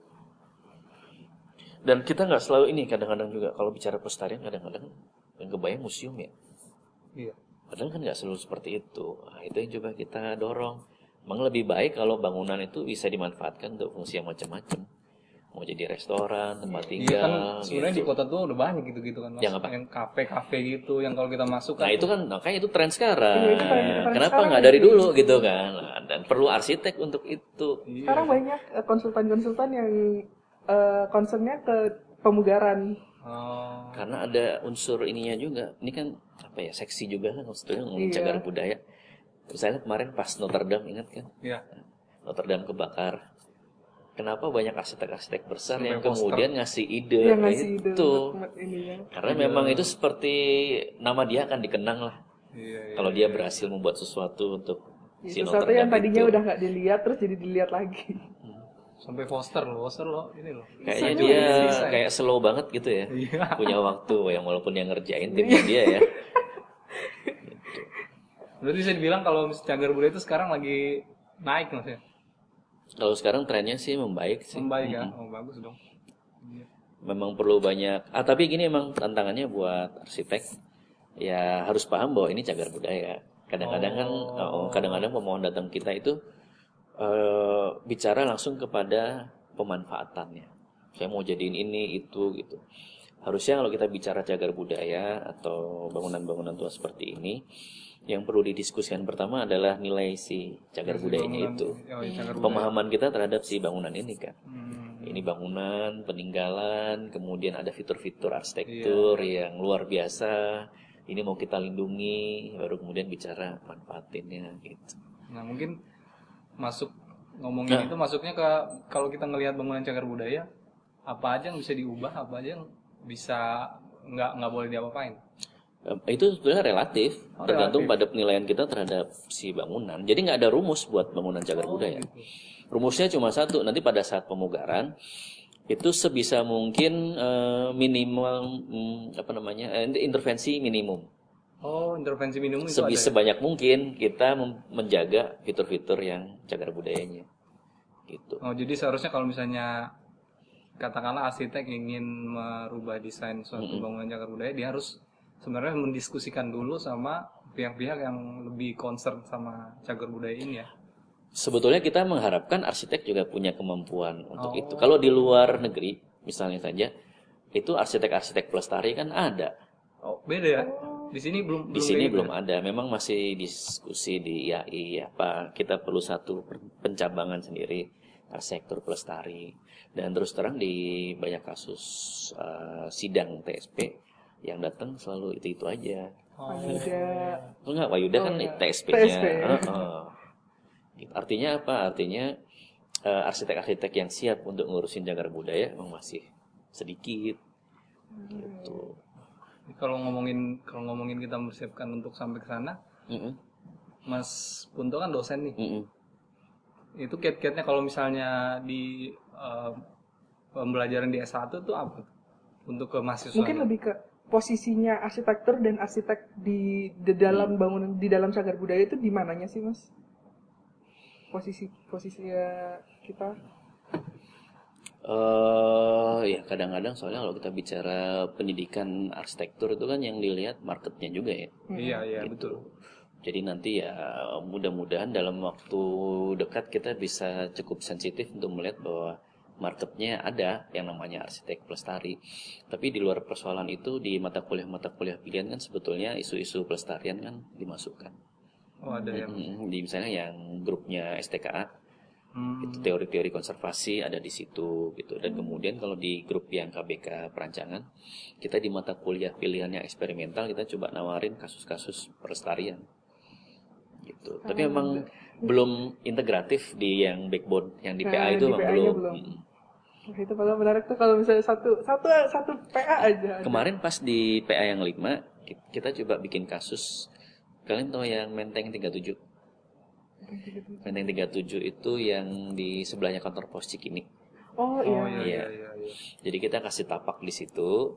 Dan kita nggak selalu ini, kadang-kadang juga kalau bicara pelestarian kadang-kadang yang kebayang museum ya. Iya. Padahal kan nggak selalu seperti itu. Nah, itu yang coba kita dorong. Memang lebih baik kalau bangunan itu bisa dimanfaatkan untuk fungsi yang macam-macam. Mau jadi restoran, tempat Iya tinggal. kan sebenarnya gitu. di kota tuh udah banyak gitu-gitu kan mas. Yang apa? Yang kafe-kafe gitu yang kalau kita masuk kan. Nah itu kan, makanya itu tren sekarang. Iya, itu tren- tren Kenapa sekarang nggak dari gitu. dulu gitu kan? Nah, dan perlu arsitek untuk itu. Iya. Sekarang banyak eh, konsultan-konsultan yang eh, concernnya ke pemugaran. Oh. Karena ada unsur ininya juga. Ini kan apa ya, seksi juga kan sebetulnya ngomongin Iya. cagar budaya. Misalnya kemarin pas Notre Dame, ingat kan? Iya. Notre Dame kebakar. Kenapa banyak arsitek-arsitek besar Sampai yang poster. kemudian ngasih ide Yang ngasih ide itu? untuk ininya. Karena memang itu seperti nama dia akan dikenang lah. Iya, iya. Kalau dia berhasil membuat sesuatu untuk si Sesuatu Notre yang Dame tadinya itu. udah nggak dilihat terus jadi dilihat lagi. Sampai poster loh, poster loh, ini loh. Kayaknya Bisa dia juga, bisa. kayak slow banget gitu ya. Iya. Punya waktu yang walaupun yang ngerjain timnya dia ya. Berarti bisa dibilang kalau cagar budaya itu sekarang lagi naik mas ya? Kalau sekarang trennya sih membaik sih. Membaik ya? Oh bagus dong. Iya. Memang perlu banyak. Ah tapi gini emang tantangannya buat arsitek ya harus paham bahwa ini cagar budaya. Kadang-kadang kan, oh, kadang-kadang pemohon datang kita itu eh, bicara langsung kepada pemanfaatannya. Saya mau jadiin ini itu gitu. Harusnya kalau kita bicara cagar budaya atau bangunan-bangunan tua seperti ini, yang perlu didiskusikan pertama adalah nilai si cagar budayanya itu. Oh, iya, cagar budaya. Pemahaman kita terhadap si bangunan ini kan. Hmm. Ini bangunan, peninggalan, kemudian ada fitur-fitur arsitektur Iya. yang luar biasa. Ini mau kita lindungi, baru kemudian bicara manfaatinnya gitu. Nah mungkin masuk ngomongin Nah. itu masuknya ke kalau kita ngelihat bangunan cagar budaya, apa aja yang bisa diubah, apa aja yang bisa nggak nggak boleh diapa-apain. Eh, Itu sebetulnya relatif, Oh, tergantung relatif. pada penilaian kita terhadap si bangunan. Jadi nggak ada rumus buat bangunan cagar budaya. gitu. Rumusnya cuma satu, nanti pada saat pemugaran itu sebisa mungkin eh, minimal hmm, apa namanya eh, intervensi minimum. Oh intervensi minimum itu Sebi- ada ya? sebanyak mungkin kita mem- menjaga fitur-fitur yang cagar budayanya, gitu. Oh jadi seharusnya kalau misalnya katakanlah arsitek ingin merubah desain suatu Mm-mm. bangunan cagar budaya, dia harus sebenarnya mendiskusikan dulu sama pihak-pihak yang lebih concern sama cagar budaya ini ya. sebetulnya kita mengharapkan arsitek juga punya kemampuan untuk oh. itu. Kalau di luar negeri, misalnya saja, itu arsitek-arsitek pelestari kan ada. Oh, beda ya? Di sini belum. Di belum sini gitu belum ya? ada. Memang masih diskusi di I A I apa kita perlu satu pencabangan sendiri arsitektur pelestari. Dan terus terang di banyak kasus uh, sidang T S P yang datang selalu itu itu aja. Oh. Wayuda. Enggak, Wayuda oh, kan ya. T S P-nya. T S P. Uh -uh. Artinya apa? Artinya uh, arsitek-arsitek yang siap untuk ngurusin cagar budaya memang masih sedikit. Hmm. Gitu. Kalau ngomongin kalau ngomongin kita mempersiapkan untuk sampai ke sana, mm-hmm. Mas Punto kan dosen nih. Mm-hmm. Itu kiat-kiatnya kalau misalnya di uh, pembelajaran di S satu tuh apa? Untuk ke mahasiswa. Mungkin lebih ke posisinya arsitektur dan arsitek di, di dalam mm. bangunan di dalam cagar budaya itu di mananya sih, Mas? Posisi posisinya kita. Uh, ya kadang-kadang soalnya kalau kita bicara pendidikan arsitektur itu kan yang dilihat marketnya juga ya. Iya iya gitu. Betul. Jadi nanti ya mudah-mudahan dalam waktu dekat kita bisa cukup sensitif untuk melihat bahwa marketnya ada yang namanya arsitek pelestari. Tapi di luar persoalan itu di mata kuliah-mata kuliah pilihan kan sebetulnya isu-isu pelestarian kan dimasukkan. Oh ada yang di misalnya yang grupnya S T K A. Hmm. Itu teori-teori konservasi ada di situ gitu. Dan kemudian kalau di grup yang K B K perancangan, kita di mata kuliah pilihan yang eksperimental kita coba nawarin kasus-kasus pelestarian gitu. Hmm. Tapi memang belum integratif di yang backbone, yang di P A nah, itu memang belum. belum. Hmm. Itu paling menarik tuh kalau misalnya satu satu satu P A aja. Kemarin pas di P A yang lima kita coba bikin kasus. Kalian tahu yang Menteng tiga puluh tujuh? Menteng tiga puluh tujuh itu yang di sebelahnya kantor pos Cikini. Oh iya. Oh, iya, iya, iya, iya. Jadi kita kasih tapak di situ.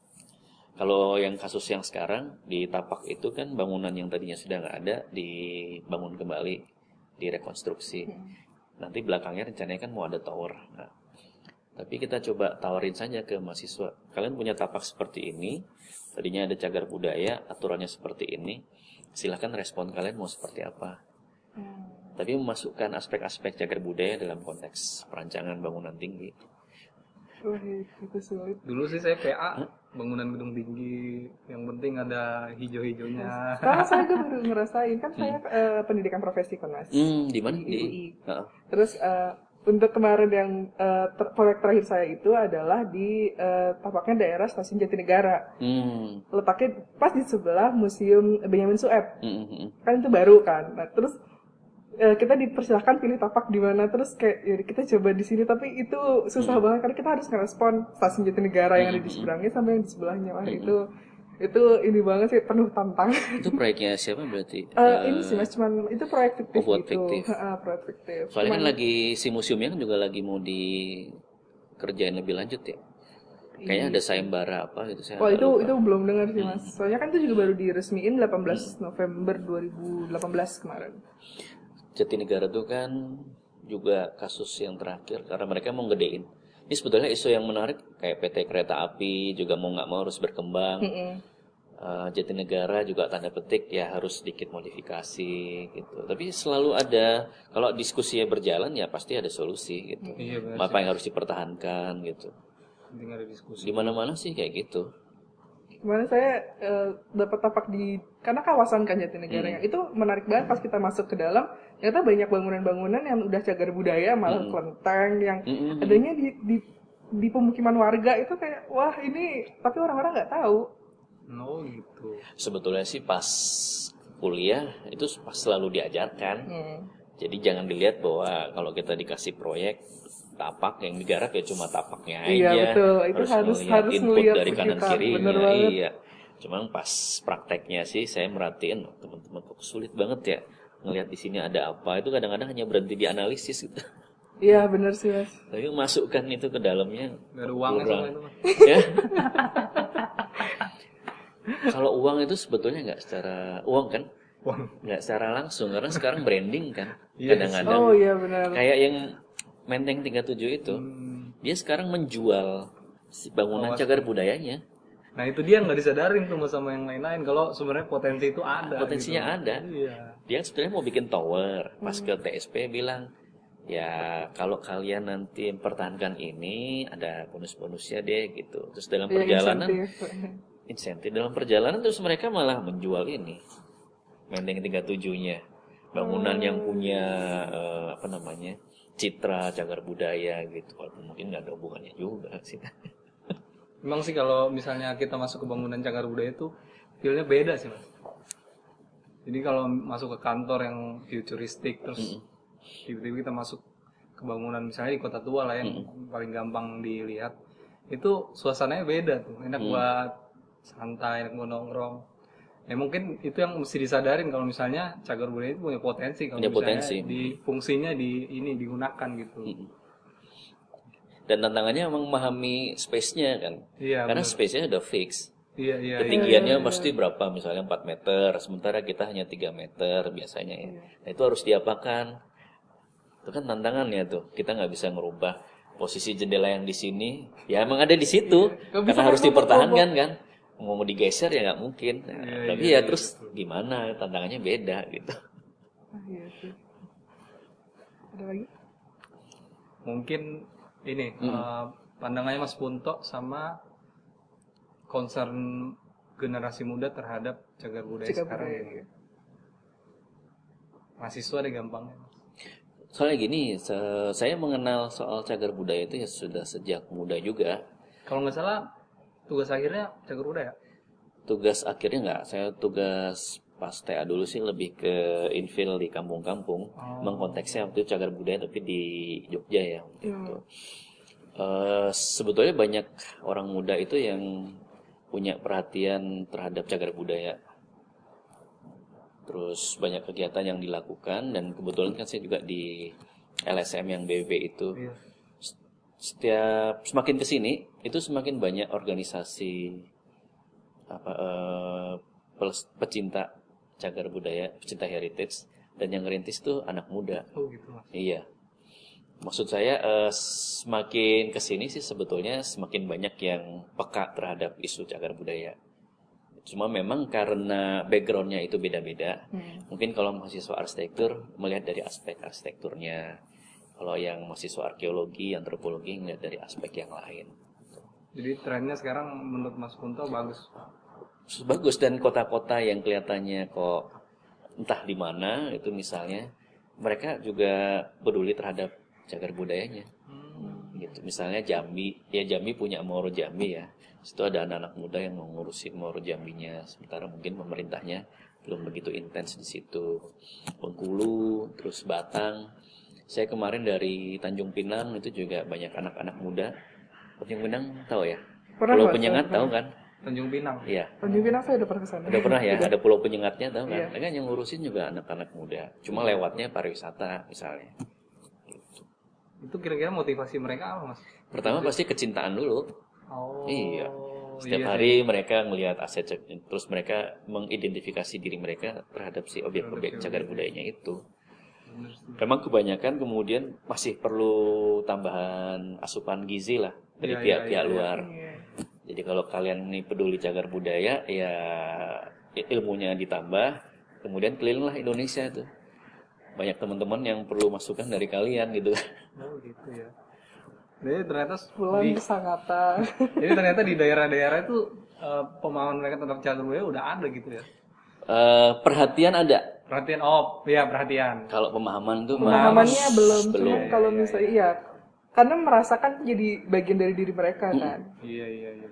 Kalau yang kasus yang sekarang di tapak itu kan bangunan yang tadinya sudah nggak ada dibangun kembali, direkonstruksi. Hmm. Nanti belakangnya rencananya kan mau ada tower. Nah, tapi kita coba tawarin saja ke mahasiswa. Kalian punya tapak seperti ini, tadinya ada cagar budaya, aturannya seperti ini. Silahkan respon kalian mau seperti apa. Hmm. Tapi memasukkan aspek-aspek cagar budaya dalam konteks perancangan bangunan tinggi. Wah, itu sulit. Dulu sih saya P A, huh? Bangunan gedung tinggi, yang penting ada hijau-hijaunya. Kalau saya juga baru ngerasain, kan hmm. saya uh, pendidikan profesi kan Mas. Hmm, di mana? Di I U I. Uh-uh. Terus uh, untuk kemarin yang uh, ter- proyek terakhir saya itu adalah di uh, tapaknya daerah Stasiun Jatinegara. Hmm. Letaknya pas di sebelah Museum Benyamin Sueb. Hmm. Kan itu baru kan. Nah, terus uh, kita dipersilahkan pilih tapak di mana, terus kayak ya kita coba di sini, tapi itu susah hmm. banget karena kita harus ngerespon Stasiun Jatinegara yang hmm. ada di seberangnya sama yang di sebelahnya. Wah, hmm. itu itu ini banget sih, penuh tantangan. Itu proyeknya siapa berarti? Uh, uh, ini sih Mas, cuman itu proyek fiktif oh, buat gitu. Fiktif. Uh, proyek fiktif. Soalnya cuman, kan lagi si museumnya kan juga lagi mau dikerjain lebih lanjut ya. Kayaknya ada sayembara apa gitu saya. Oh, itu lupa. Itu belum dengar sih Mas. Soalnya kan itu juga baru diresmiin delapan belas November dua ribu delapan belas kemarin. Jatinegara tuh kan juga kasus yang terakhir karena mereka mau gedein. Ini sebetulnya isu yang menarik, kayak P T Kereta Api juga mau nggak mau harus berkembang. Mm-hmm. Uh, Jatinegara juga tanda petik ya harus sedikit modifikasi gitu. Tapi selalu ada, kalau diskusinya berjalan ya pasti ada solusi gitu. Mm-hmm. Apa yang harus dipertahankan gitu. Di mana-mana sih kayak gitu. Kemarin saya uh, dapat tapak di, karena kawasan kan Jatinegara hmm. itu menarik banget pas kita masuk ke dalam. Ternyata banyak bangunan-bangunan yang udah cagar budaya, malah hmm. kelenteng yang hmm. adanya di, di di pemukiman warga itu kayak wah ini, tapi orang-orang nggak tahu. Oh gitu. Sebetulnya sih pas kuliah itu pas selalu diajarkan. Hmm. Jadi jangan dilihat bahwa kalau kita dikasih proyek tapak yang digarap ya cuma tapaknya aja. Iya betul, itu harus harus, harus input dari kanan kita. kirinya. Iya. Cuman pas prakteknya sih saya merhatiin teman-teman kok sulit banget ya ngelihat di sini ada apa. Itu kadang-kadang hanya berhenti di analisis gitu. Iya benar sih Mas. Tapi masukkan itu ke dalamnya. Gak ada uangnya sama itu. Ya. Kalau uang itu sebetulnya nggak secara uang kan? Nggak secara langsung karena sekarang branding kan. Kadang-kadang. Oh iya benar. Kayak yang Menteng tiga puluh tujuh itu, hmm. dia sekarang menjual si bangunan oh, cagar budayanya. Nah itu dia nggak disadarin tuh sama yang lain-lain kalau sebenarnya potensi itu ada. Potensinya gitu. ada. Iya. Dia sebenarnya mau bikin tower, pas ke T S P bilang, ya kalau kalian nanti mempertahankan ini ada bonus-bonusnya deh gitu. Terus dalam Ya, perjalanan insentif. insentif dalam perjalanan terus mereka malah menjual ini Menteng tiga puluh tujuh-nya, bangunan yang punya eh, apa namanya citra cagar budaya gitu. Walaupun mungkin nggak ada hubungannya juga sih. Memang sih kalau misalnya kita masuk ke bangunan cagar budaya itu feel-nya beda sih mas. Jadi kalau masuk ke kantor yang futuristik terus mm-hmm. tiba-tiba kita masuk ke bangunan misalnya di kota tua lah yang mm-hmm. paling gampang dilihat, itu suasananya beda tuh, enak mm-hmm. buat santai, enak buat nongkrong. Ya mungkin itu yang mesti disadarin kalau misalnya cagar budaya itu punya potensi kalau punya misalnya potensi. di fungsinya di ini digunakan gitu. Mm-hmm. Dan tantangannya memang memahami space-nya kan, iya, karena bener. space-nya udah fix. Iya, iya, ketinggiannya iya, iya. pasti berapa, misalnya empat meter, sementara kita hanya tiga meter biasanya ya. Nah, itu harus diapakan? Itu kan tantangannya tuh. Kita nggak bisa ngerubah posisi jendela yang di sini. Ya emang ada di situ, iya. karena harus dipertahankan kan. Mau digeser ya nggak mungkin. Nah, iya, tapi iya, ya iya, terus betul. gimana? Tantangannya beda gitu. Ah, iya sih. Ada lagi? Mungkin ini hmm. uh, pandangannya Mas Punto sama concern generasi muda terhadap cagar budaya Cagar sekarang budaya, ya. iya. Mahasiswa ada gampangnya. Soalnya gini, se- saya mengenal soal cagar budaya itu ya sudah sejak muda juga. Kalau nggak salah tugas akhirnya cagar budaya. Tugas akhirnya nggak, saya tugas pas T A dulu sih lebih ke infill di kampung-kampung, Oh. mengkonteksnya waktu itu cagar budaya tapi di Jogja ya. Iya. Gitu. Uh, sebetulnya banyak orang muda itu yang punya perhatian terhadap cagar budaya. Terus banyak kegiatan yang dilakukan dan kebetulan kan saya juga di L S M yang B B B itu. Iya. Setiap semakin kesini itu semakin banyak organisasi apa uh, pecinta cagar budaya, pecinta heritage, dan yang ngerintis tuh anak muda. Oh gitu mas. Iya. Maksud saya uh, semakin kesini sih sebetulnya semakin banyak yang peka terhadap isu cagar budaya. Cuma memang karena backgroundnya itu beda-beda. Hmm. Mungkin kalau mahasiswa arsitektur melihat dari aspek arsitekturnya. Kalau yang mahasiswa arkeologi, antropologi melihat dari aspek yang lain. Jadi trennya sekarang menurut Mas Punto bagus. Bagus, dan kota-kota yang kelihatannya kok entah di mana itu misalnya mereka juga peduli terhadap cagar budayanya. Hmm. Gitu. Misalnya Jambi, ya Jambi punya Moro Jambi ya. Situ ada anak-anak muda yang mengurusin Moro Jambinya, sementara mungkin pemerintahnya belum begitu intens di situ. Bengkulu, terus Batang. Saya kemarin dari Tanjung Pinang itu juga banyak anak-anak muda. Tanjung Pinang tahu ya? Pernah, Pulau Mas, Penyengat pernah. tahu kan? Tanjung Pinang. Iya. Tanjung Pinang saya udah pernah kesana. Udah pernah ya? Ada Pulau Penyengatnya tahu kan? Iya. Mereka yang ngurusin juga anak-anak muda. Cuma lewatnya pariwisata misalnya. Itu kira-kira motivasi mereka apa mas? Pertama pasti kecintaan dulu. Oh. Iya. Setiap iya, hari iya. mereka melihat aset, terus mereka mengidentifikasi diri mereka terhadap si objek-objek cagar budayanya itu. Memang kebanyakan kemudian masih perlu tambahan asupan gizi lah dari Iya, pihak-pihak iya, iya, luar. Iya. Jadi kalau kalian ini peduli cagar budaya, ya ilmunya ditambah, kemudian kelilinglah Indonesia itu. Banyak teman-teman yang perlu masukan dari kalian gitu. Oh gitu ya. Jadi ternyata Pulang di, ke Sangatta. jadi ternyata di daerah-daerah itu uh, pemahaman mereka tentang cagar budaya udah ada gitu ya. Uh, perhatian ada. Perhatian, oh iya perhatian. Kalau pemahaman tuh Pemahamannya belum, belum. cuma kalau Iya, iya, misalnya iya. Karena merasakan jadi bagian dari diri mereka kan. Iya iya iya.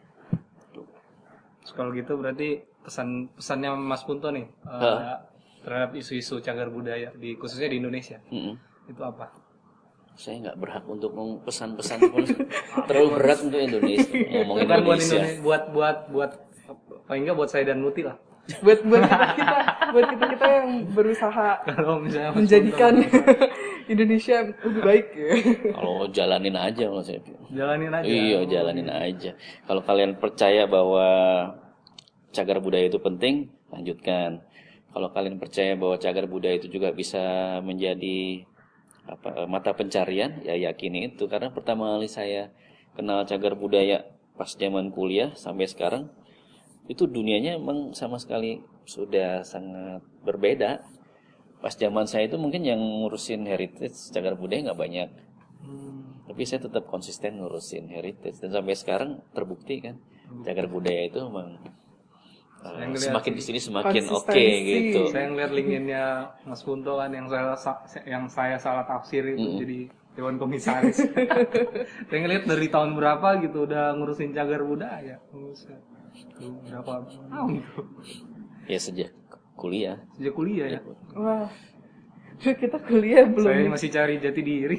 Terus kalau gitu berarti pesan pesannya Mas Punto nih uh, terhadap isu-isu cagar budaya di khususnya di Indonesia Mm-mm. itu apa? Saya nggak berhak untuk ngomong pesan-pesan terlalu berat untuk Indonesia ngomongin Bukan buat Indonesia. Indonesia, buat buat buat paling enggak buat saya dan Muti lah. buat buat kita, kita buat kita kita yang berusaha Kalau misalnya Mas menjadikan Punto, Indonesia lebih baik ya. Kalau jalanin aja kalau saya bilang. jalanin aja. Iya, jalanin aja. Kalau kalian percaya bahwa cagar budaya itu penting, lanjutkan. Kalau kalian percaya bahwa cagar budaya itu juga bisa menjadi apa mata pencarian, ya yakini itu. Karena pertama kali saya kenal cagar budaya pas zaman kuliah sampai sekarang, itu dunianya emang sama sekali sudah sangat berbeda. Pas zaman saya itu mungkin yang ngurusin heritage cagar budaya nggak banyak. Hmm. Tapi saya tetap konsisten ngurusin heritage dan sampai sekarang terbukti kan cagar budaya itu memang uh, semakin di sini semakin oke okay, gitu. Saya ngeliat linkedin-nya Mas Punto kan yang saya yang saya salah tafsir itu mm. jadi dewan komisaris. Saya ngeliat dari tahun berapa gitu udah ngurusin cagar budaya. Berapa tahun tuh? Ya sejak kuliah. Sejak kuliah ya. Wah. Kita kuliah belum. Saya masih cari jati diri.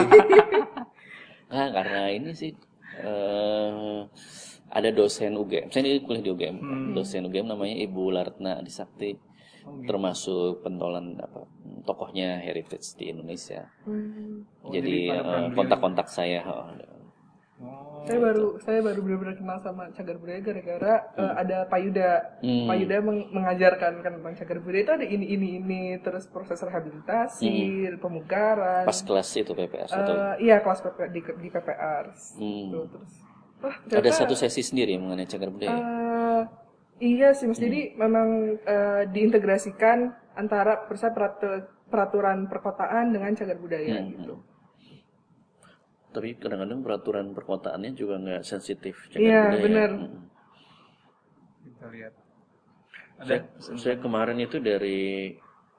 Nah, karena ini sih uh, ada dosen U G M. Saya ini kuliah di U G M. Hmm. Dosen U G M namanya Ibu Laretna Adisakti. Oh, gitu. Termasuk pentolan apa tokohnya heritage di Indonesia. Hmm. Oh, jadi jadi uh, kontak-kontak saya. Oh, Oh, saya gitu. baru saya baru benar-benar kenal sama cagar budaya gara-gara hmm. uh, ada Pak Yuda. Hmm. Pak Yuda meng- mengajarkan kan tentang cagar budaya itu ada ini ini ini terus proses rehabilitasi, hmm. pemugaran. Pas kelas itu P P R atau? Uh, iya kelas P P R, di, di P P R. Hmm. Gitu, terus. Wah, ternyata, ada satu sesi sendiri mengenai cagar budaya. Uh, iya sih Mas. Hmm. Jadi memang uh, diintegrasikan antara peraturan perkotaan dengan cagar budaya hmm. gitu. Tapi kadang-kadang peraturan perkotaannya juga nggak sensitif. Iya benar. Hmm. Kita lihat. Ada saya, saya kemarin itu dari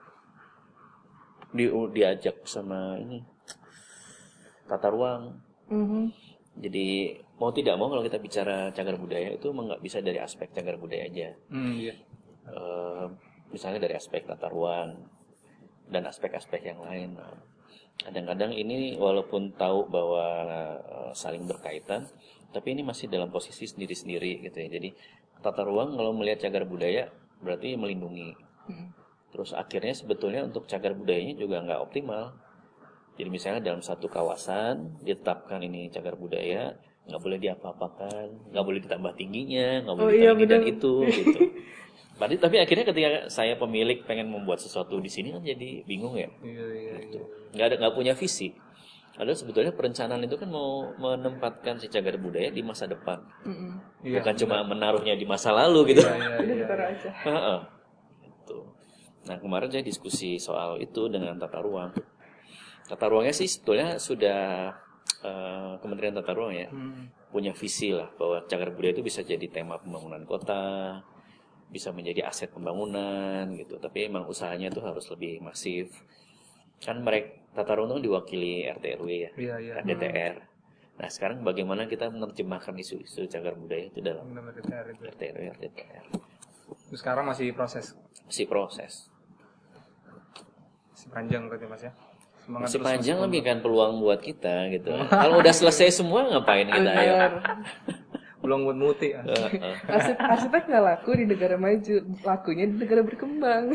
di, diajak sama ini tata ruang. Mm-hmm. Jadi mau tidak mau kalau kita bicara cagar budaya itu emang nggak bisa dari aspek cagar budaya aja. Mm, iya. E, misalnya dari aspek tata ruang dan aspek-aspek yang lain. Kadang-kadang ini walaupun tahu bahwa uh, saling berkaitan, tapi ini masih dalam posisi sendiri-sendiri gitu ya. Jadi tata ruang kalau melihat cagar budaya berarti melindungi. Hmm. Terus akhirnya sebetulnya untuk cagar budayanya juga nggak optimal. Jadi misalnya dalam satu kawasan ditetapkan ini cagar budaya, nggak boleh diapa-apakan, nggak boleh ditambah tingginya, nggak boleh oh, ditambah iya, ini dan itu gitu. Tapi, tapi akhirnya ketika saya pemilik pengen membuat sesuatu di sini kan jadi bingung ya. Iya, iya, gitu. iya. Nggak ada, nggak punya visi. Padahal sebetulnya perencanaan itu kan mau menempatkan si cagar budaya di masa depan. Mm-hmm. Bukan iya, cuma benar. Menaruhnya di masa lalu gitu. Iya, iya, iya, iya. aja. Gitu. Nah kemarin saya diskusi soal itu dengan tata ruang. Tata ruangnya sih sebetulnya sudah uh, Kementerian Tata Ruang ya hmm. punya visi lah bahwa cagar budaya itu bisa jadi tema pembangunan kota. Bisa menjadi aset pembangunan gitu, tapi emang usahanya tuh harus lebih masif. Kan mereka tata ruang itu diwakili R T R W ya, ya, ya. D T R. Nah sekarang bagaimana kita menerjemahkan isu-isu cagar budaya itu dalam R T R W, R T R. Sekarang masih proses. Masih proses. Masih panjang berarti Mas ya. Semangat masih panjang lagi kan peluang buat kita gitu. Kalau udah selesai semua ngapain kita ya? Belum buat muti. Arsip, arsitek nggak laku di negara maju, lakunya di negara berkembang.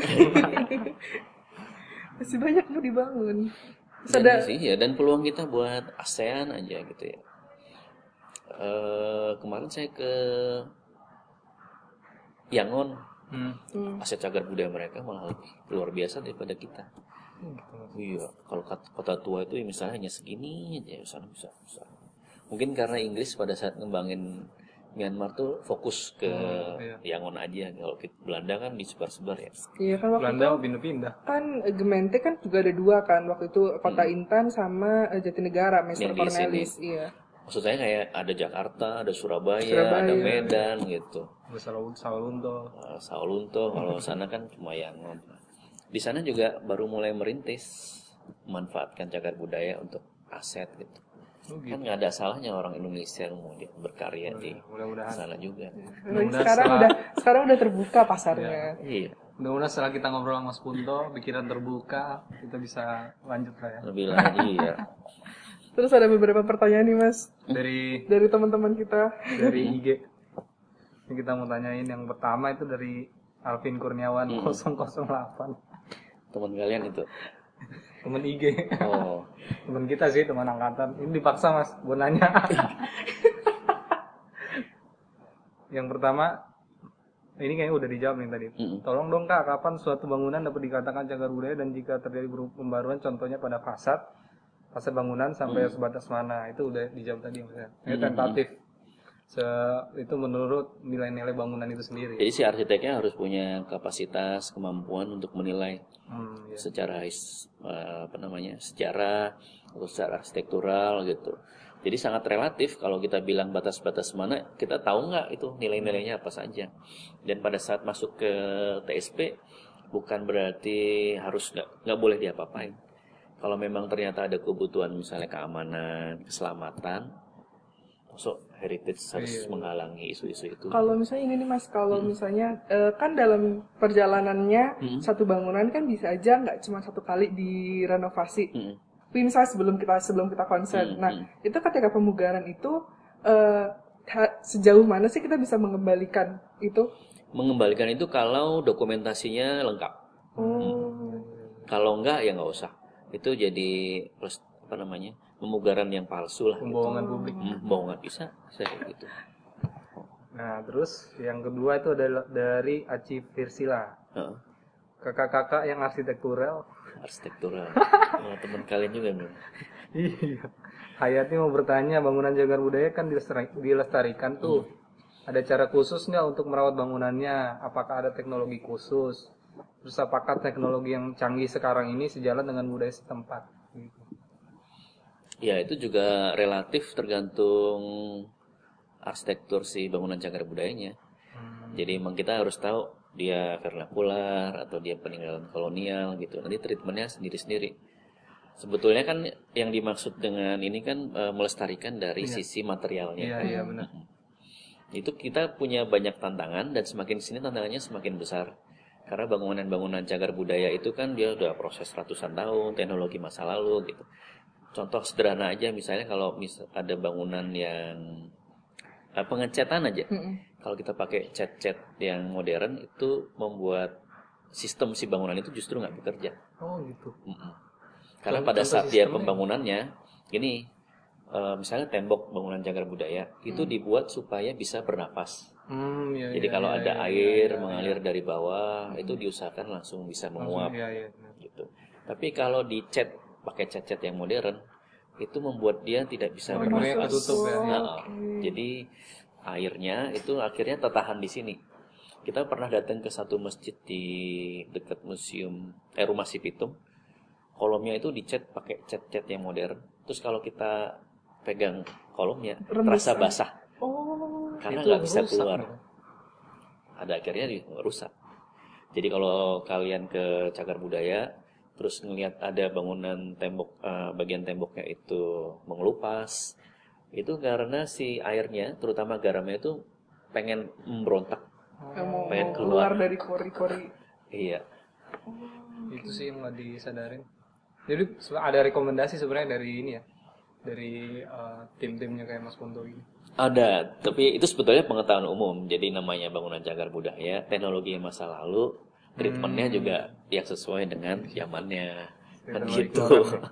Masih banyak mau dibangun. Dan ada sih ya, dan peluang kita buat ASEAN aja gitu ya. Uh, kemarin saya ke Yangon, hmm. aset cagar budaya mereka malah lebih luar biasa daripada kita. Hmm. Iya, kalau kota tua itu misalnya hanya segini aja, misalnya bisa, bisa. Mungkin karena Inggris pada saat ngembangin Myanmar tuh fokus ke oh, iya. Yangon aja. Kalau Belanda kan disebar-sebar ya. Iya kan waktu Belanda itu pindah-pindah. Kan Gemeente kan juga ada dua kan waktu itu Kota hmm. Intan sama Jatinegara, Mister Cornelis. Iya. Maksud saya kayak ada Jakarta, ada Surabaya, Surabaya. Ada Medan gitu. Ada Sawalunto. Uh, Sawalunto kalau sana kan cuma Yangon. Di sana juga baru mulai merintis memanfaatkan cagar budaya untuk aset gitu. Oh, gitu. Kan nggak ada salahnya orang Indonesia mau berkarya di sana juga. Mudah-mudahan sekarang setelah, udah sekarang udah terbuka pasarnya. Ya, iya. Mudah-mudahan setelah kita ngobrol sama Mas Punto, pikiran terbuka, kita bisa lanjut lah ya. Lebih lagi ya. Terus ada beberapa pertanyaan nih Mas dari dari teman-teman kita dari I G. Ini kita mau tanyain yang pertama itu dari Alvin Kurniawan hmm. nol nol delapan. Teman kalian itu. Temen I G. Oh. Temen kita sih, teman angkatan. Ini dipaksa Mas, gue nanya. Yang pertama, ini kayaknya udah dijawab nih tadi. Mm-hmm. Tolong dong Kak, kapan suatu bangunan dapat dikatakan cagar budaya dan jika terjadi pembaruan contohnya pada fasad, fasad bangunan sampai mm-hmm. sebatas mana? Itu udah dijawab tadi Mas. Ini mm-hmm. tentatif. Se itu menurut nilai-nilai bangunan itu sendiri. Jadi si arsiteknya harus punya kapasitas, kemampuan untuk menilai hmm, ya. secara apa namanya, sejarah atau secara arsitektural gitu. Jadi sangat relatif kalau kita bilang batas-batas mana, kita tahu nggak itu nilai-nilainya apa saja. Dan pada saat masuk ke T S P bukan berarti harus nggak nggak boleh diapa-apain. Kalau memang ternyata ada kebutuhan misalnya keamanan, keselamatan, masuk heritage harus iya. menghalangi isu-isu itu. Kalau misalnya ini nih Mas, kalau hmm. misalnya uh, kan dalam perjalanannya hmm. satu bangunan kan bisa aja nggak cuma satu kali direnovasi. Hmm. Tapi misalnya sebelum kita sebelum kita konsen, hmm. nah itu ketika pemugaran itu uh, ha- sejauh mana sih kita bisa mengembalikan itu? Mengembalikan itu kalau dokumentasinya lengkap. Oh. Hmm. Kalau enggak ya nggak usah. Itu jadi apa namanya? Pemugaran yang palsu lah. Pembohongan gitu. publik. Hmm, pembohongan bisa, bisa kayak gitu. Nah, terus yang kedua itu adalah dari Aci Virsila. Uh. Kakak-kakak yang arsitektural. Arsitektural. Nah, teman kalian juga nih. Iya. Hayati mau bertanya, bangunan cagar budaya kan dilestarikan tuh. Hmm. Ada cara khusus nggak untuk merawat bangunannya? Apakah ada teknologi khusus? Terus apakah teknologi yang canggih sekarang ini sejalan dengan budaya setempat? Gitu. Ya, itu juga relatif tergantung arsitektur si bangunan cagar budayanya. Hmm. Jadi memang kita harus tahu dia vernakular atau dia peninggalan kolonial gitu. Nanti treatmentnya sendiri-sendiri. Sebetulnya kan yang dimaksud dengan ini kan e, melestarikan dari iya. sisi materialnya. Iya, iya benar. Itu kita punya banyak tantangan dan semakin sini tantangannya semakin besar. Karena bangunan-bangunan cagar budaya itu kan dia udah proses ratusan tahun, teknologi masa lalu gitu. Contoh sederhana aja misalnya kalau mis- ada bangunan yang uh, pengecatan aja. Mm-hmm. Kalau kita pakai cat-cat yang modern itu membuat sistem si bangunan itu justru nggak bekerja. Oh gitu. Mm-mm. Karena pada saat dia pembangunannya, gini, uh, misalnya tembok bangunan cagar budaya mm. itu dibuat supaya bisa bernapas. Mm, iya, Jadi iya, kalau iya, ada iya, air iya, mengalir iya. dari bawah mm. itu diusahakan langsung bisa menguap. Langsung, iya, iya. Gitu. Tapi kalau dicat pakai cat-cat yang modern itu membuat dia tidak bisa oh, bernapas. Tutup, ya. Nah, okay. Jadi airnya itu akhirnya tertahan di sini. Kita pernah datang ke satu masjid di dekat museum eh rumah Si Pitung. Kolomnya itu dicat pakai cat-cat yang modern. Terus kalau kita pegang kolomnya terasa basah. Oh, karena nggak bisa keluar. Ya? Ada akhirnya rusak. Jadi kalau kalian ke cagar budaya terus ngelihat ada bangunan tembok uh, bagian temboknya itu mengelupas, itu karena si airnya terutama garamnya itu pengen memberontak, oh, pengen keluar. keluar dari pori-pori. Iya. Oh, itu sih yang nggak disadarin. Jadi ada rekomendasi sebenarnya dari ini ya, dari uh, tim-timnya kayak Mas Punto ini. Ada, tapi itu sebetulnya pengetahuan umum. Jadi namanya bangunan cagar budaya, teknologi masa lalu. Treatmentnya hmm. juga yang sesuai dengan zamannya kan gitu.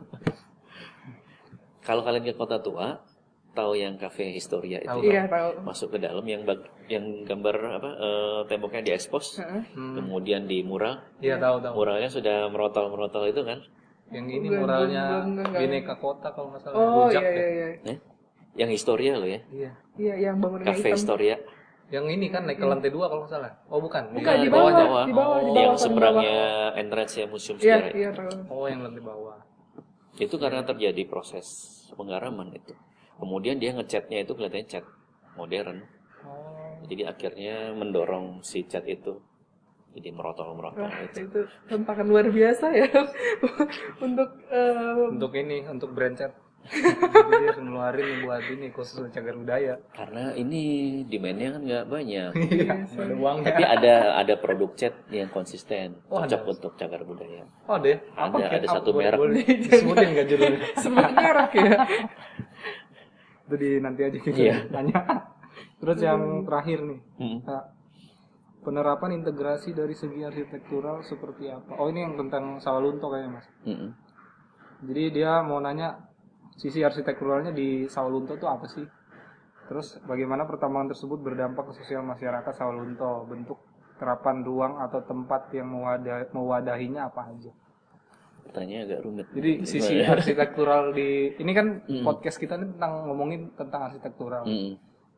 Kalau kalian ke Kota Tua, tahu yang Cafe Historia itu iya, tahu. Masuk ke dalam yang bag, yang gambar apa uh, temboknya diekspos, hmm. kemudian di mural. Iya tahu tahu. Muralnya sudah merotol-merotol itu kan? Yang ini muralnya Bineka Kota kalau nggak salah. Oh iya iya iya. Eh? Yang Historia loh ya? Iya. Iya yang bangunannya Cafe Historia. Yang ini kan naik ke lantai dua kalau nggak salah. Oh bukan. Bukan di, di bawah, bawah. Di bawah, oh, di bawah. Yang seberangnya entrance ya museum sejarah. Iya, iya, oh yang lantai bawah. Itu karena terjadi proses penggaraman itu. Kemudian dia ngecatnya itu kelihatannya cat modern. Oh. Jadi akhirnya mendorong si cat itu jadi merotol-merotol Wah, itu. Itu tantangan luar biasa ya untuk um... untuk ini untuk brand cat. Jadi dia harus ngeluarin buat ini khusus cagar budaya. Karena ini demand-nya kan nggak banyak. Iya, ada uangnya. Tapi ada ada produk cat yang konsisten, oh, cocok ada. untuk cagar budaya. Oh deh. Ada apa, ada satu apa, merek. Boleh disebutin nggak judulnya? Sebut merek ya. Itu di nanti aja kita iya. tanya. Terus yang terakhir nih, hmm. penerapan integrasi dari segi arsitektural seperti apa? Oh ini yang tentang Sawalunto kayaknya mas. Hmm. Jadi dia mau nanya sisi arsitekturalnya di Sawalunto itu apa sih? Terus bagaimana pertambangan tersebut berdampak ke sosial masyarakat Sawalunto? Bentuk terapan ruang atau tempat yang mewadah, mewadahinya apa aja? Pertanyaannya agak rumit. Jadi sisi arsitektural di ini kan mm. podcast kita ini tentang ngomongin tentang arsitektural. Mm.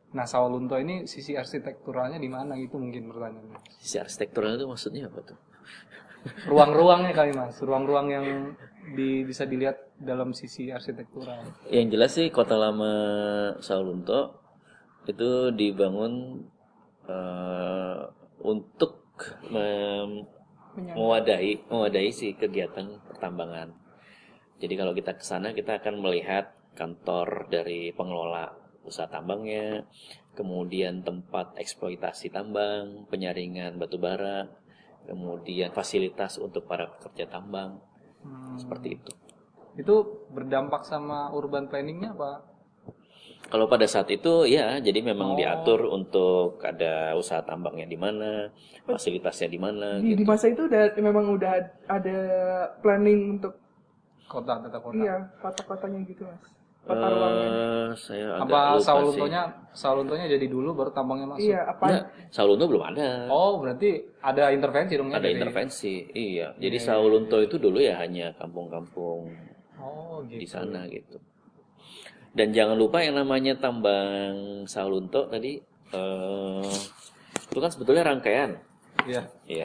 Nah, Sao Lunto ini sisi arsitekturalnya di mana gitu mungkin pertanyaannya. Sisi arsitektural itu maksudnya apa tuh? Ruang-ruangnya kali Mas, ruang-ruang yang di, bisa dilihat dalam sisi arsitektural. Yang jelas sih kota lama Sao Lunto itu dibangun uh, untuk mem- mewadahi mewadahi si kegiatan pertambangan. Jadi kalau kita ke sana kita akan melihat kantor dari pengelola usaha tambangnya, kemudian tempat eksploitasi tambang, penyaringan batu bara, kemudian fasilitas untuk para pekerja tambang, hmm. seperti itu. Itu berdampak sama urban planningnya apa? Kalau pada saat itu ya, jadi memang oh. diatur untuk ada usaha tambangnya di mana, fasilitasnya di mana. Di, gitu. Di masa itu udah memang udah ada planning untuk kota, tata kota. Iya, kota-kotanya gitu Mas. Kota uh, ruangnya. Saya agak apa lupa Sao Luntonya, Sao Luntonya jadi dulu baru tambangnya masuk. Iya, apa? Nah, Sao Lunto belum ada. Oh, berarti ada intervensi dong ya? Ada dari... intervensi, iya. Jadi yeah. Sao Lunto itu dulu ya hanya kampung-kampung oh, gitu. Di sana gitu. Dan jangan lupa yang namanya tambang Sao Lunto tadi, uh, itu kan sebetulnya rangkaian. Iya. Iya.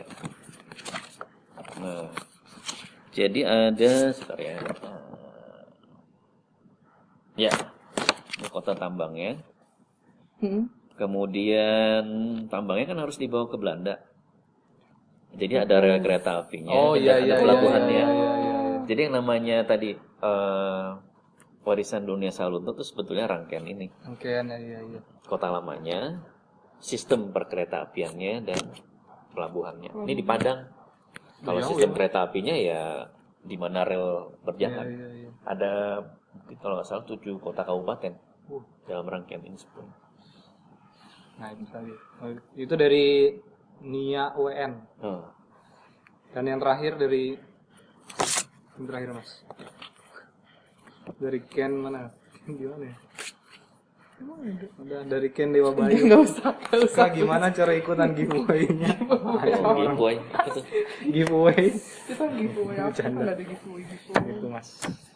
Nah, jadi ada, sebentar ya. Ya, ini kota tambangnya. Hmm. Kemudian tambangnya kan harus dibawa ke Belanda. Jadi ada rel kereta apinya, oh, iya, ada iya, pelabuhannya. Iya, iya, iya, iya. Jadi yang namanya tadi uh, warisan dunia Sao Lunto itu sebetulnya rangkaian ini. Rangkaian, iya, iya. Kota lamanya, sistem perkereta apiannya dan pelabuhannya. Ini di Padang. Kalau ya, sistem ya. Kereta apinya ya di mana rel berjalan. Ya, ya, ya. Ada kalau nggak salah tujuh kota kabupaten uh. dalam rangkaian ini sebetulnya. Nah itu tadi. Oh, itu dari Nia U N. Hmm. Dan yang terakhir dari yang terakhir Mas. Dari Ken mana? Ken gimana ya? Emang ada? Udah dari Ken Dewa Bayu. Enggak usah, enggak usah. Kak, gimana cara ikutan giveaway-nya? Oh, giveaway. Giveaway. Kita giveaway apa? Enggak ada giveaway giveaway. Gitu, Mas.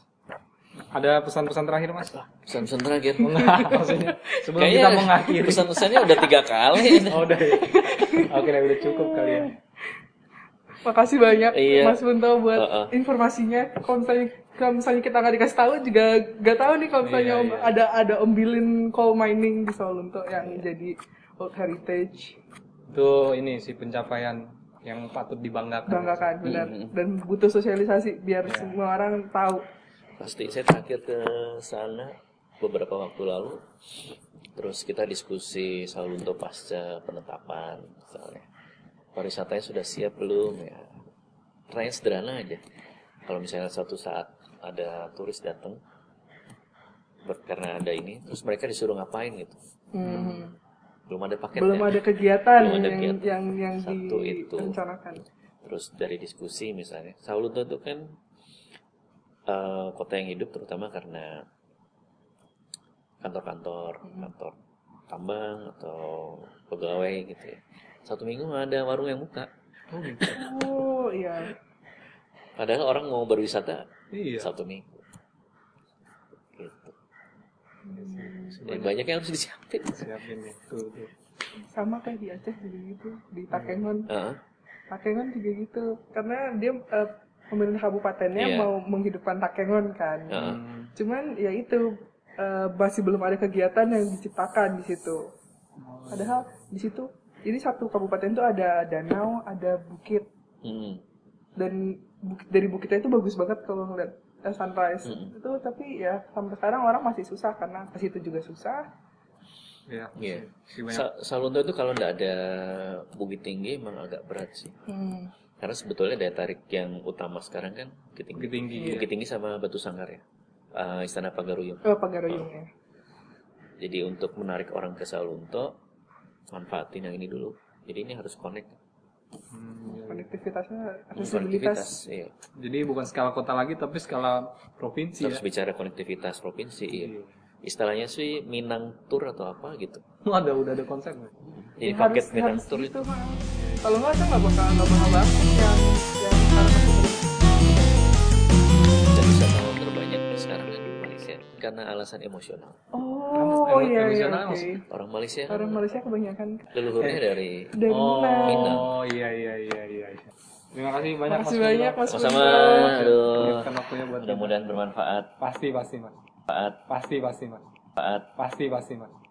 Ada pesan-pesan terakhir Mas? Pesan-pesan terakhir? Enggak, maksudnya sebelum kayaknya kita mengakhiri. Pesan-pesannya udah tiga kali. Oh udah ya? Oke, udah cukup kali ya. Makasih banyak iya. Mas Punto buat uh-uh. informasinya. Kalau misalnya, kalau misalnya kita nggak dikasih tahu juga nggak tahu nih kalau misalnya iya, iya. ada ada Ombilin coal mining di Sao Lunto yang iya. jadi World Heritage. Itu ini sih pencapaian yang patut dibanggakan. Banggakan benar. Mm-hmm. Dan butuh sosialisasi biar yeah. semua orang tahu. Pasti saya terakhir ke sana beberapa waktu lalu. Terus kita diskusi Sao Lunto pasca penetapan misalnya. Pariwisatanya sudah siap belum ya? Pertanyaan sederhana aja. Kalau misalnya suatu saat ada turis datang karena ada ini, terus mereka disuruh ngapain gitu? Hmm. Belum ada paketnya. Belum ada kegiatan, belum ada yang, kegiatan. yang yang Satu itu. direncanakan. Terus dari diskusi misalnya, Sao Lunto itu kan uh, kota yang hidup terutama karena kantor-kantor, hmm. kantor tambang atau pegawai gitu ya. Satu minggu ada warung yang buka. Oh gitu. Oh iya. Padahal orang mau berwisata iya. Satu minggu. Gitu. Hmm. Jadi banyak yang harus disiapin. Siapin ya. Tuh, tuh. Sama kayak di Aceh juga gitu, di Takengon. Uh-huh. Takengon juga gitu. Karena dia uh, pemerintah kabupatennya yeah. mau menghidupkan Takengon kan. Uh-huh. Cuman ya itu uh, masih belum ada kegiatan yang diciptakan di situ. Padahal di situ ini satu kabupaten itu ada danau, ada bukit. Hmm. Dan bukit, dari bukitnya itu bagus banget kalau ngeliat uh, sunrise. Hmm. Itu tapi ya sampai sekarang orang masih susah karena ke situ juga susah. Iya. Yeah. Sa- Sao Lunto itu kalau nggak ada bukit tinggi emang agak berat sih. Hmm. Karena sebetulnya daya tarik yang utama sekarang kan bukit tinggi. Bukit tinggi, bukit tinggi sama Batu Sanggar ya. Uh, Istana Pagaruyung. Oh, Pagaruyung oh. ya. Jadi untuk menarik orang ke Sao Lunto, manfaatin yang ini dulu. Jadi ini harus connect. Hmm, konektivitasnya, konektivitas. Iya. Jadi bukan skala kota lagi, tapi skala provinsi. Harus ya? bicara konektivitas provinsi. Iya. iya. Istilahnya sih Minang Tour atau apa gitu. Oh, ada udah ada konsepnya. Jadi ya, paket harus, Minang harus Tour gitu, itu. Kalau nggak saya nggak bakal nggak bakal banget yang yang sekarang jadi wisata terbanyak sekarang di Malaysia. karena alasan emosional. Oh, Emo- iya, iya, emosional oke. maksudnya? Orang Malaysia kan Orang Malaysia kebanyakan leluhurnya Eh. dari dari Minang. Oh, iya iya iya iya. iya. Terima kasih banyak Makasih Mas banyak Punto. Mas sama-sama. Punto. Aduh. Menyempatkan waktunya buat Mudah-mudahan bermanfaat. Pasti pasti Mas. Manfaat. Pasti pasti Mas. Manfaat. Pasti pasti Mas.